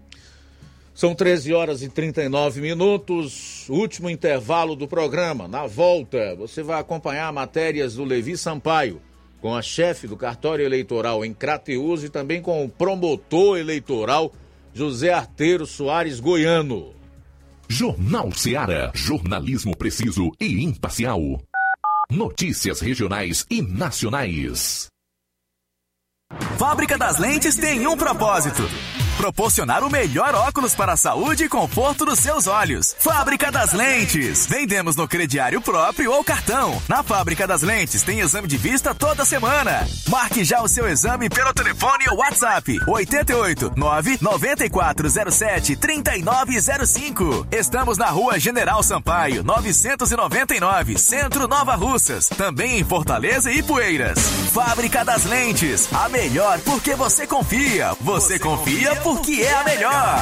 São treze horas e trinta e nove minutos, último intervalo do programa. Na volta, você vai acompanhar matérias do Levi Sampaio, com a chefe do cartório eleitoral em Crateús e também com o promotor eleitoral José Arteiro Soares Goiano. Jornal Ceará, jornalismo preciso e imparcial. Notícias regionais e nacionais. Fábrica das Lentes tem um propósito: proporcionar o melhor óculos para a saúde e conforto dos seus olhos. Fábrica das Lentes. Vendemos no crediário próprio ou cartão. Na Fábrica das Lentes tem exame de vista toda semana. Marque já o seu exame pelo telefone ou WhatsApp oito oito nove nove quatro zero sete três nove zero cinco. Estamos na Rua General Sampaio, novecentos e noventa e nove, Centro Nova Russas. Também em Fortaleza e Ipueiras. Fábrica das Lentes. A melhor porque você confia. Você, você confia por porque é a melhor.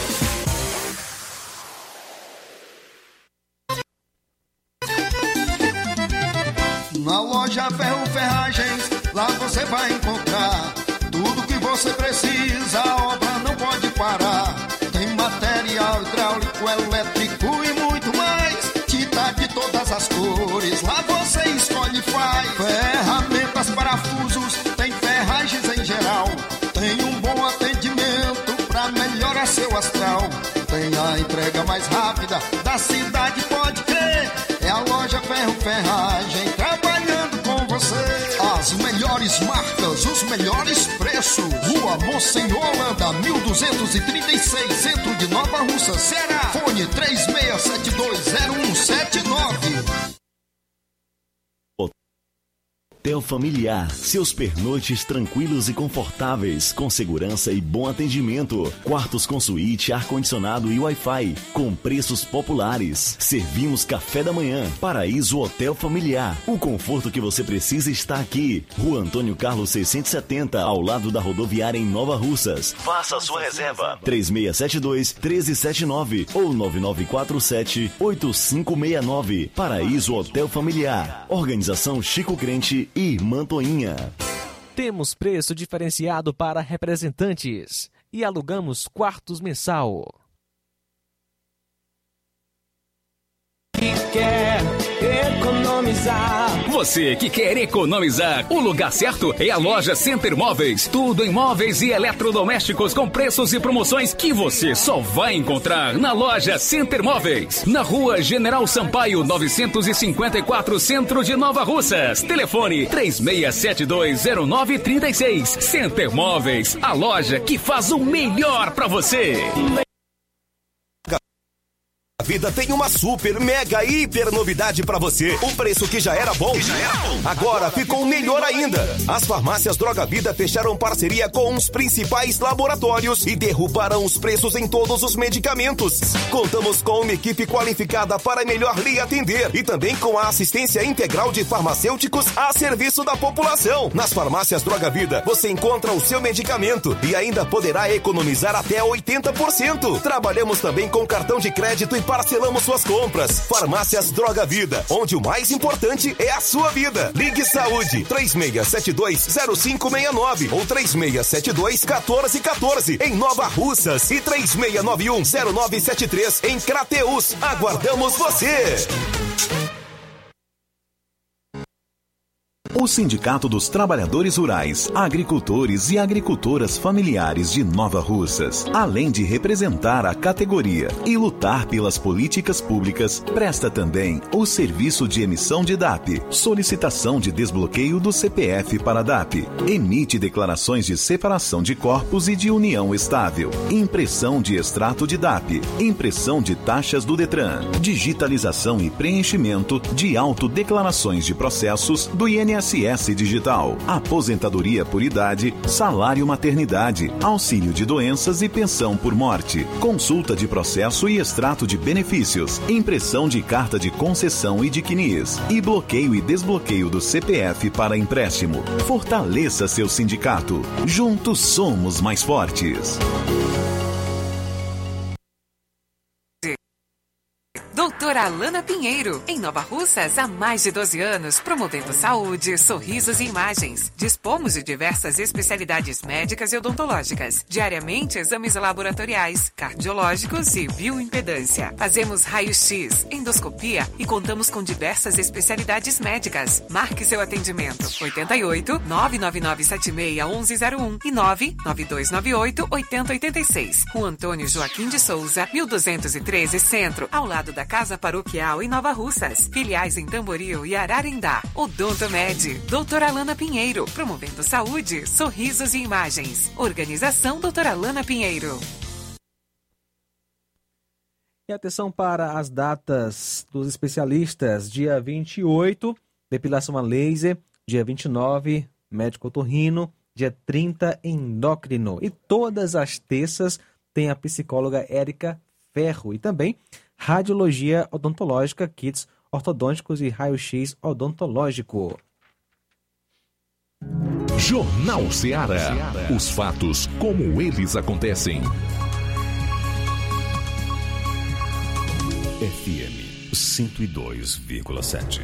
Na loja Ferro Ferragens, lá você vai encontrar tudo que você precisa, a obra não pode parar. Tem material hidráulico, elétrico e muito mais. Tinta de todas as cores, lá você escolhe e faz. Ferramentas, parafusos, tem ferragens em geral. Tem um bom atendimento pra melhorar seu astral. Tem a entrega mais rápida da cidade, pode crer. É a loja Ferro Ferragem trabalhando com você. As melhores marcas, os melhores preços. Rua Monsenhor Holanda, mil duzentos e trinta e seis, Centro de Nova Russa, Ceará. Fone três seis sete dois zero um sete nove. Hotel Familiar, seus pernoites tranquilos e confortáveis, com segurança e bom atendimento. Quartos com suíte, ar-condicionado e Wi-Fi, com preços populares. Servimos café da manhã. Paraíso Hotel Familiar. O conforto que você precisa está aqui. Rua Antônio Carlos seiscentos e setenta, ao lado da rodoviária em Nova Russas. Faça a sua reserva. três seis sete dois, um três sete nove ou nove nove quatro sete, oito cinco seis nove. Paraíso Hotel Familiar. Organização Chico Crente e Mantoinha. Temos preço diferenciado para representantes e alugamos quartos mensal. Quer economizar. Você que quer economizar, o lugar certo é a loja Center Móveis. Tudo em móveis e eletrodomésticos com preços e promoções que você só vai encontrar na loja Center Móveis. Na Rua General Sampaio, novecentos e cinquenta e quatro, Centro de Nova Russas. Telefone três seis sete dois zero nove três seis. Center Móveis, a loja que faz o melhor pra você. A vida tem uma super, mega, hiper novidade pra você. O preço que já era bom, já era bom. Agora ficou melhor ainda. As farmácias Droga Vida fecharam parceria com os principais laboratórios e derrubaram os preços em todos os medicamentos. Contamos com uma equipe qualificada para melhor lhe atender e também com a assistência integral de farmacêuticos a serviço da população. Nas farmácias Droga Vida, você encontra o seu medicamento e ainda poderá economizar até oitenta por cento. Trabalhamos também com cartão de crédito e parcelamos suas compras. Farmácias Droga Vida, onde o mais importante é a sua vida. Ligue Saúde três seis sete dois zero cinco seis nove ou três seis sete dois um quatro um quatro em Nova Russas e três seis nove um zero nove sete três em Crateús. Aguardamos você! O Sindicato dos Trabalhadores Rurais, Agricultores e Agricultoras Familiares de Nova Russas, além de representar a categoria e lutar pelas políticas públicas, presta também o serviço de emissão de D A P, solicitação de desbloqueio do C P F para D A P, emite declarações de separação de corpos e de união estável, impressão de extrato de D A P, impressão de taxas do Detran, digitalização e preenchimento de autodeclarações de processos do I N S S Digital, aposentadoria por idade, salário maternidade, auxílio de doenças e pensão por morte, consulta de processo e extrato de benefícios, impressão de carta de concessão e de C N I S, e bloqueio e desbloqueio do C P F para empréstimo. Fortaleça seu sindicato. Juntos somos mais fortes. Doutora Alana Pinheiro, em Nova Russas há mais de doze anos, promovendo saúde, sorrisos e imagens. Dispomos de diversas especialidades médicas e odontológicas. Diariamente, exames laboratoriais, cardiológicos e bioimpedância. Fazemos raio-x, endoscopia e contamos com diversas especialidades médicas. Marque seu atendimento. oito oito, nove nove nove sete seis, um um zero um e nove nove dois nove oito, oito zero oito seis. Rua Antônio Joaquim de Souza, mil duzentos e treze, Centro, ao lado lado da Casa Paroquial em Nova Russas. Filiais em Tamboril e Ararindá. Odontomed. Doutora Alana Pinheiro. Promovendo saúde, sorrisos e imagens. Organização Doutora Alana Pinheiro. E atenção para as datas dos especialistas. Dia vinte e oito, depilação a laser. Dia vinte e nove, médico otorrino. Dia trinta, endócrino. E todas as terças tem a psicóloga Érica Ferro. E também radiologia odontológica, kits ortodônticos e raio-x odontológico. Jornal Ceará. Os fatos como eles acontecem. F M cento e dois vírgula sete.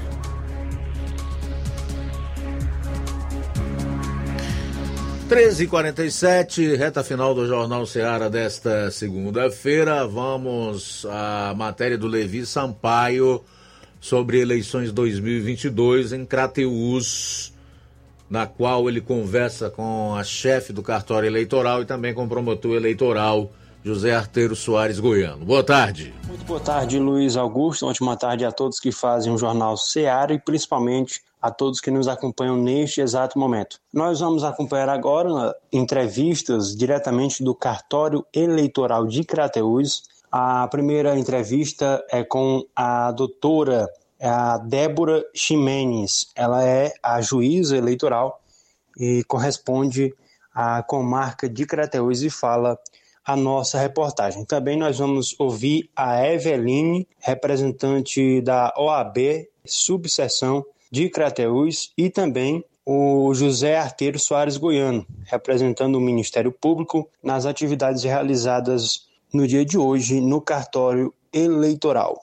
treze e quarenta e sete, reta final do Jornal Ceará desta segunda-feira. Vamos à matéria do Levi Sampaio sobre eleições dois mil e vinte e dois em Crateús, na qual ele conversa com a chefe do cartório eleitoral e também com o promotor eleitoral José Arteiro Soares Goiano. Boa tarde. Muito boa tarde, Luiz Augusto. Ótima tarde a todos que fazem o Jornal Ceará e principalmente a todos que nos acompanham neste exato momento. Nós vamos acompanhar agora entrevistas diretamente do cartório eleitoral de Crateús. A primeira entrevista é com a doutora a Débora Ximenes. Ela é a juíza eleitoral e corresponde à comarca de Crateús e fala a nossa reportagem. Também nós vamos ouvir a Eveline, representante da O A B, subseção de Crateús, e também o José Arteiro Soares Goiano, representando o Ministério Público nas atividades realizadas no dia de hoje no cartório eleitoral.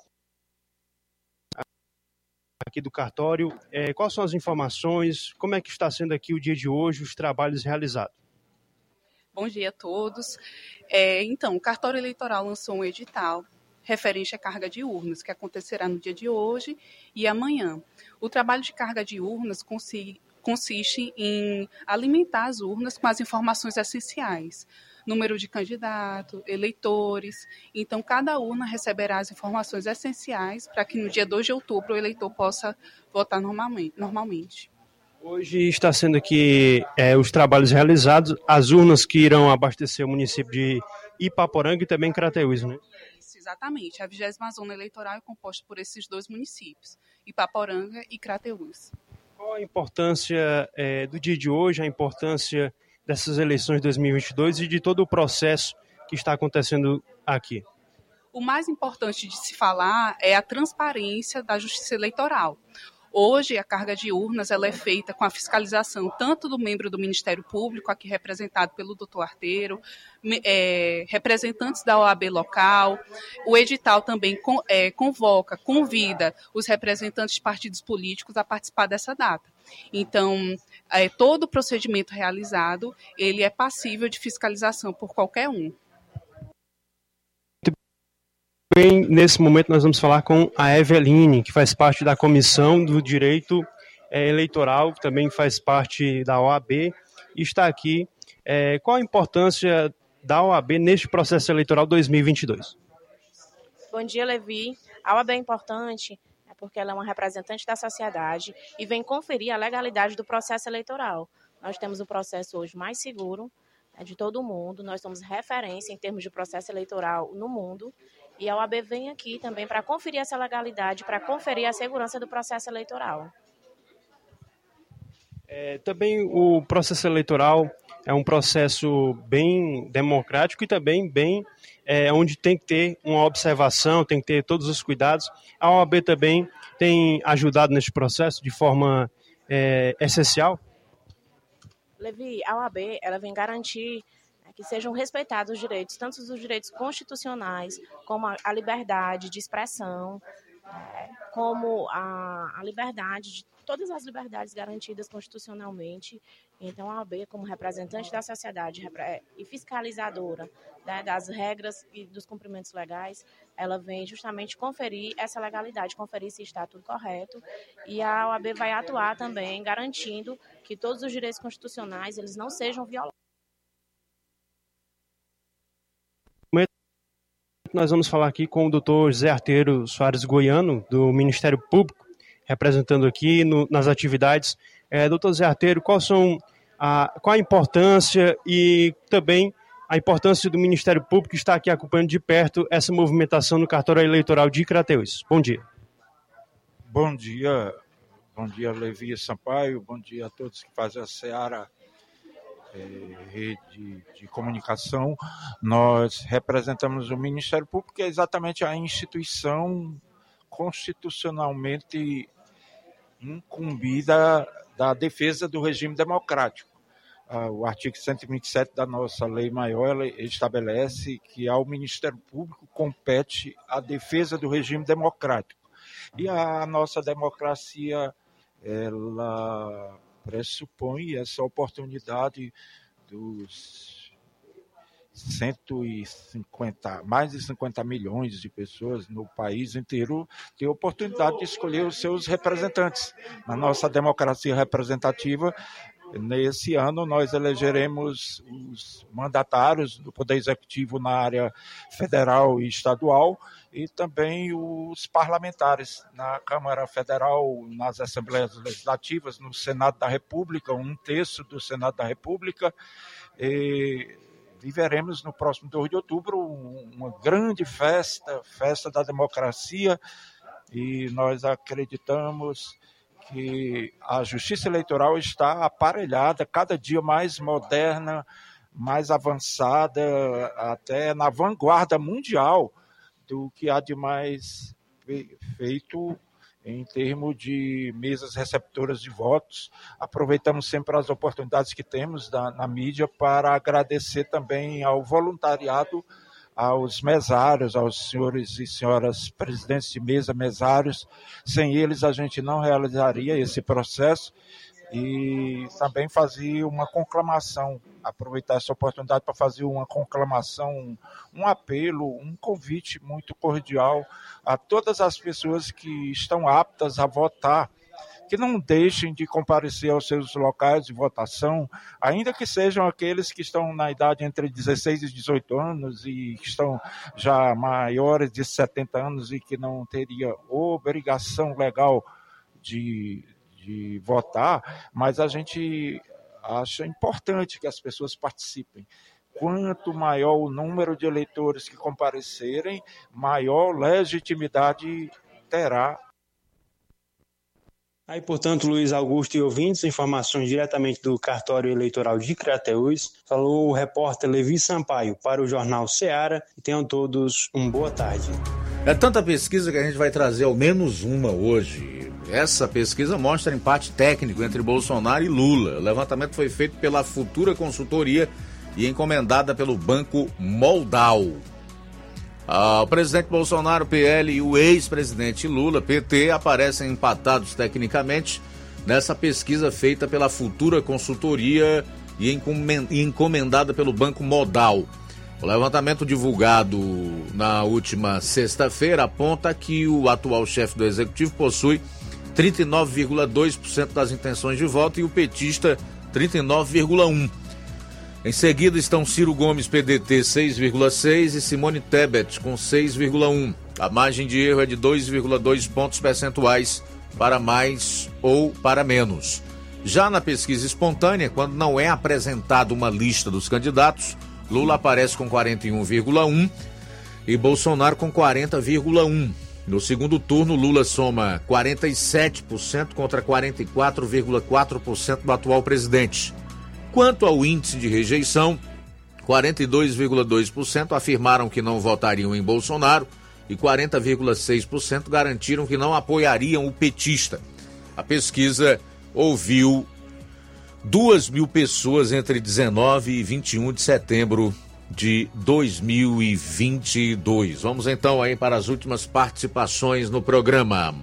Aqui do cartório, é, quais são as informações, como é que está sendo aqui o dia de hoje, os trabalhos realizados? Bom dia a todos. É, então, o cartório eleitoral lançou um edital referente à carga de urnas, que acontecerá no dia de hoje e amanhã. O trabalho de carga de urnas consiste, consiste em alimentar as urnas com as informações essenciais. Número de candidato, eleitores. Então, cada urna receberá as informações essenciais para que no dia dois de outubro o eleitor possa votar normalmente. normalmente. Hoje está sendo aqui é, os trabalhos realizados, as urnas que irão abastecer o município de Ipaporanga e também Crateús, né? Isso, exatamente. A vigésima zona eleitoral é composta por esses dois municípios, Ipaporanga e Crateús. Qual a importância é, do dia de hoje, a importância dessas eleições de dois mil e vinte e dois e de todo o processo que está acontecendo aqui? O mais importante de se falar é a transparência da justiça eleitoral. Hoje, a carga de urnas ela é feita com a fiscalização tanto do membro do Ministério Público, aqui representado pelo doutor Arteiro, é, representantes da O A B local. O edital também con, é, convoca, convida os representantes de partidos políticos a participar dessa data. Então, é, todo o procedimento realizado, ele é passível de fiscalização por qualquer um. Bem, nesse momento nós vamos falar com a Eveline, que faz parte da Comissão do Direito é, Eleitoral, também faz parte da O A B, e está aqui. É, qual a importância da O A B neste processo eleitoral dois mil e vinte e dois? Bom dia, Levi. A O A B é importante é porque ela é uma representante da sociedade e vem conferir a legalidade do processo eleitoral. Nós temos o processo hoje mais seguro é, de todo o mundo, nós somos referência em termos de processo eleitoral no mundo. E a O A B vem aqui também para conferir essa legalidade, para conferir a segurança do processo eleitoral. É, também o processo eleitoral é um processo bem democrático e também bem é, onde tem que ter uma observação, tem que ter todos os cuidados. A O A B também tem ajudado neste processo de forma é, essencial? Levi, a O A B ela vem garantir que sejam respeitados os direitos, tanto os direitos constitucionais, como a, a liberdade de expressão, é, como a, a liberdade de todas as liberdades garantidas constitucionalmente. Então, a O A B, como representante da sociedade e fiscalizadora, né, das regras e dos cumprimentos legais, ela vem justamente conferir essa legalidade, conferir se está tudo correto. E a O A B vai atuar também garantindo que todos os direitos constitucionais eles não sejam violados. Nós vamos falar aqui com o doutor José Arteiro Soares Goiano, do Ministério Público, representando aqui no, nas atividades. É, doutor José Arteiro, qual, são a, qual a importância e também a importância do Ministério Público estar aqui acompanhando de perto essa movimentação no cartório eleitoral de Crateús? Bom dia. Bom dia, bom dia Levi Sampaio, bom dia a todos que fazem a Seara é, rede de comunicação. Nós representamos o Ministério Público, que é exatamente a instituição constitucionalmente incumbida da defesa do regime democrático. O artigo cento e vinte e sete da nossa lei maior estabelece que ao Ministério Público compete a defesa do regime democrático. E a nossa democracia, ela pressupõe essa oportunidade dos cento e cinquenta, mais de cinquenta milhões de pessoas no país inteiro ter a oportunidade de escolher os seus representantes. Na nossa democracia representativa, nesse ano nós elegeremos os mandatários do Poder Executivo na área federal e estadual e também os parlamentares na Câmara Federal, nas Assembleias Legislativas, no Senado da República, um terço do Senado da República. E viveremos no próximo dois de outubro uma grande festa, festa da democracia, e nós acreditamos que a justiça eleitoral está aparelhada, cada dia mais moderna, mais avançada, até na vanguarda mundial do que há de mais feito em termos de mesas receptoras de votos. Aproveitamos sempre as oportunidades que temos da, na mídia para agradecer também ao voluntariado, aos mesários, aos senhores e senhoras presidentes de mesa, mesários. Sem eles a gente não realizaria esse processo. E também fazer uma conclamação, aproveitar essa oportunidade para fazer uma conclamação, um apelo, um convite muito cordial a todas as pessoas que estão aptas a votar, que não deixem de comparecer aos seus locais de votação, ainda que sejam aqueles que estão na idade entre dezesseis e dezoito anos e que estão já maiores de setenta anos e que não teria obrigação legal de, de votar, mas a gente acha importante que as pessoas participem. Quanto maior o número de eleitores que comparecerem, maior legitimidade terá. Aí, portanto, Luiz Augusto e ouvintes, informações diretamente do cartório eleitoral de Crateús, falou o repórter Levi Sampaio para o jornal Seara, e tenham todos uma boa tarde. É tanta pesquisa que a gente vai trazer ao menos uma hoje. Essa pesquisa mostra empate técnico entre Bolsonaro e Lula. O levantamento foi feito pela Futura Consultoria e encomendada pelo Banco Moldau. Ah, o presidente Bolsonaro, P L, e o ex-presidente Lula, P T, aparecem empatados tecnicamente nessa pesquisa feita pela Futura Consultoria e encomendada pelo Banco Modal. O levantamento divulgado na última sexta-feira aponta que o atual chefe do Executivo possui trinta e nove vírgula dois por cento das intenções de voto e o petista trinta e nove vírgula um por cento. Em seguida estão Ciro Gomes, P D T, seis vírgula seis por cento e Simone Tebet, com seis vírgula um por cento. A margem de erro é de dois vírgula dois pontos percentuais para mais ou para menos. Já na pesquisa espontânea, quando não é apresentada uma lista dos candidatos, Lula aparece com quarenta e um vírgula um por cento e Bolsonaro com quarenta vírgula um por cento. No segundo turno, Lula soma quarenta e sete por cento contra quarenta e quatro vírgula quatro por cento do atual presidente. Quanto ao índice de rejeição, quarenta e dois vírgula dois por cento afirmaram que não votariam em Bolsonaro e quarenta vírgula seis por cento garantiram que não apoiariam o petista. A pesquisa ouviu duas mil pessoas entre dezenove e vinte e um de setembro de dois mil e vinte e dois. Vamos então aí para as últimas participações no programa.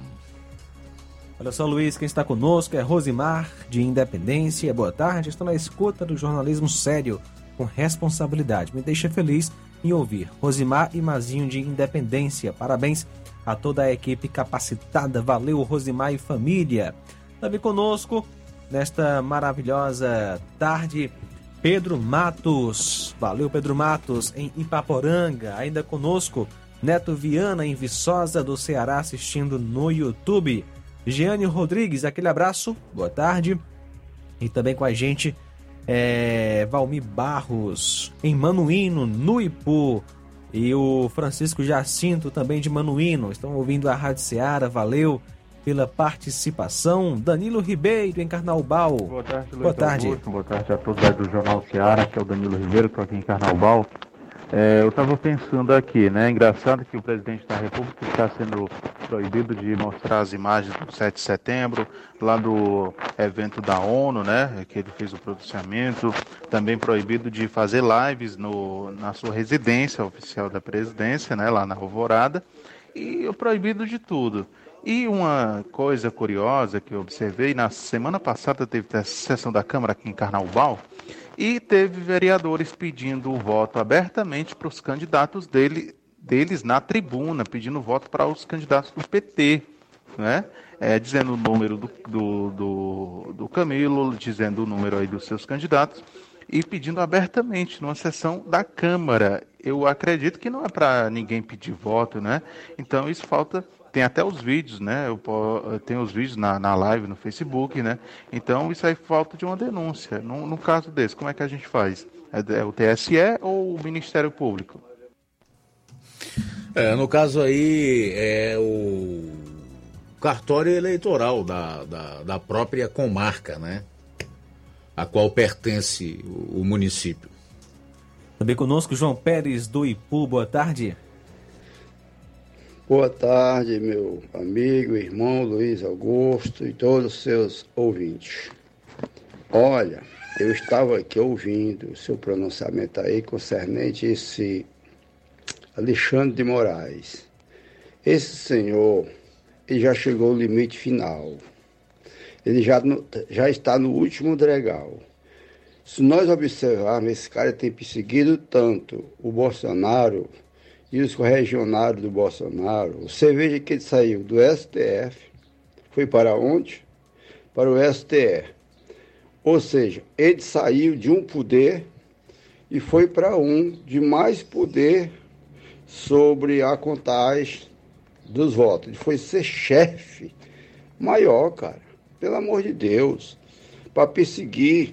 Olha só, Luiz, quem está conosco é Rosimar, de Independência. Boa tarde, estou na escuta do jornalismo sério, com responsabilidade. Me deixa feliz em ouvir Rosimar e Mazinho, de Independência. Parabéns a toda a equipe capacitada. Valeu, Rosimar e família. Também conosco, nesta maravilhosa tarde, Pedro Matos. Valeu, Pedro Matos, em Ipaporanga. Ainda conosco, Neto Viana, em Viçosa do Ceará, assistindo no YouTube. Jeane Rodrigues, aquele abraço, boa tarde. E também com a gente, é, Valmir Barros, em Manuíno, no Ipu. E o Francisco Jacinto, também de Manuíno. Estão ouvindo a Rádio Ceará, valeu pela participação. Danilo Ribeiro, em Carnaubal. Boa tarde, Luiz Boa tarde. Augusto. Boa tarde a todos aí do Jornal Ceará, que é o Danilo Ribeiro, estou aqui em Carnaubal. É, eu estava pensando aqui, né? Engraçado que o presidente da República está sendo proibido de mostrar as imagens do sete de setembro, lá do evento da ONU, né? Que ele fez o pronunciamento. Também proibido de fazer lives no, na sua residência oficial da presidência, né? Lá na Alvorada. E proibido de tudo. E uma coisa curiosa que eu observei, na semana passada teve a sessão da Câmara aqui em Carnaubal, e teve vereadores pedindo o voto abertamente para os candidatos dele, deles na tribuna, pedindo voto para os candidatos do P T, né? É, dizendo o número do, do, do, do Camilo, dizendo o número aí dos seus candidatos, e pedindo abertamente numa sessão da Câmara. Eu acredito que não é para ninguém pedir voto, né? Então isso falta... Tem até os vídeos, né? Eu, eu tenho os vídeos na, na live, no Facebook, né? Então, isso aí falta de uma denúncia. No, no caso desse, como é que a gente faz? É, é o T S E ou o Ministério Público? É, no caso aí, é o cartório eleitoral da, da, da própria comarca, né? A qual pertence o, o município. Também conosco, João Pérez, do Ipu. Boa tarde. Boa tarde, meu amigo, irmão Luiz Augusto e todos os seus ouvintes. Olha, eu estava aqui ouvindo o seu pronunciamento aí concernente esse Alexandre de Moraes. Esse senhor, ele já chegou ao limite final. Ele já, já está no último degrau. Se nós observarmos, esse cara tem perseguido tanto o Bolsonaro e os correligionários do Bolsonaro. Você veja que ele saiu do S T F, foi para onde? Para o S T E. Ou seja, ele saiu de um poder e foi para um de mais poder sobre a contagem dos votos. Ele foi ser chefe maior, cara. Pelo amor de Deus. Para perseguir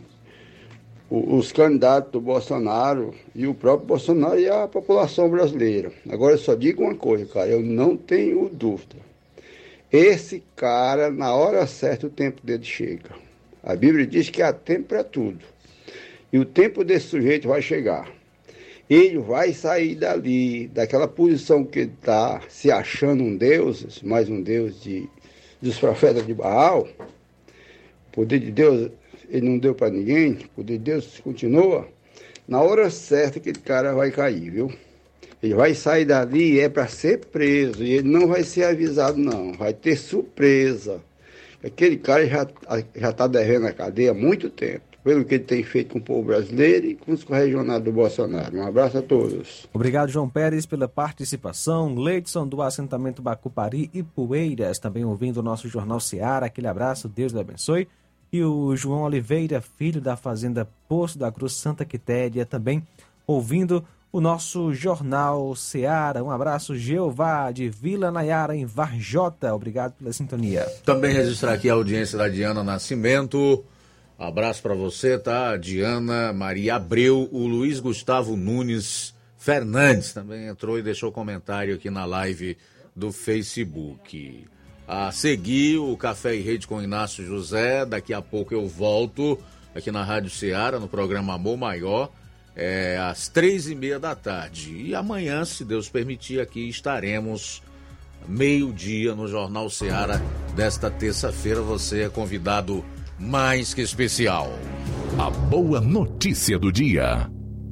os candidatos do Bolsonaro e o próprio Bolsonaro e a população brasileira. Agora eu só digo uma coisa, cara, eu não tenho dúvida. Esse cara, na hora certa, o tempo dele chega. A Bíblia diz que há tempo para tudo. E o tempo desse sujeito vai chegar. Ele vai sair dali, daquela posição que ele está, se achando um Deus, mais um Deus de, dos profetas de Baal. O poder de Deus... ele não deu para ninguém, o poder de Deus continua, na hora certa aquele cara vai cair, viu? Ele vai sair dali e é para ser preso, e ele não vai ser avisado não, vai ter surpresa. Aquele cara já já está devendo a cadeia há muito tempo, pelo que ele tem feito com o povo brasileiro e com os correligionários do Bolsonaro. Um abraço a todos. Obrigado, João Pérez, pela participação. Leidson, do assentamento Bacupari e Poeiras, também ouvindo o nosso Jornal Ceará. Aquele abraço, Deus lhe abençoe. E o João Oliveira, filho da Fazenda Poço da Cruz Santa Quitéria, também ouvindo o nosso Jornal Ceará. Um abraço, Jeová, de Vila Nayara, em Varjota. Obrigado pela sintonia. Também registrar aqui a audiência da Diana Nascimento. Abraço para você, tá? Diana Maria Abreu, o Luiz Gustavo Nunes Fernandes também entrou e deixou comentário aqui na live do Facebook. A seguir, o Café e Rede com Inácio José. Daqui a pouco eu volto aqui na Rádio Ceará, no programa Amor Maior, é, às três e meia da tarde. E amanhã, se Deus permitir, aqui estaremos meio-dia no Jornal Ceará desta terça-feira. Você é convidado mais que especial. A boa notícia do dia.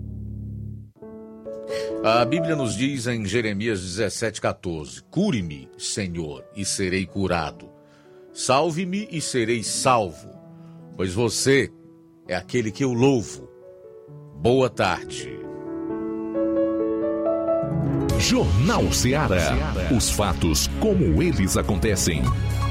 A Bíblia nos diz em Jeremias dezessete, catorze: cure-me, Senhor, e serei curado. Salve-me e serei salvo, pois você é aquele que eu louvo. Boa tarde. Jornal Ceará. Os fatos como eles acontecem.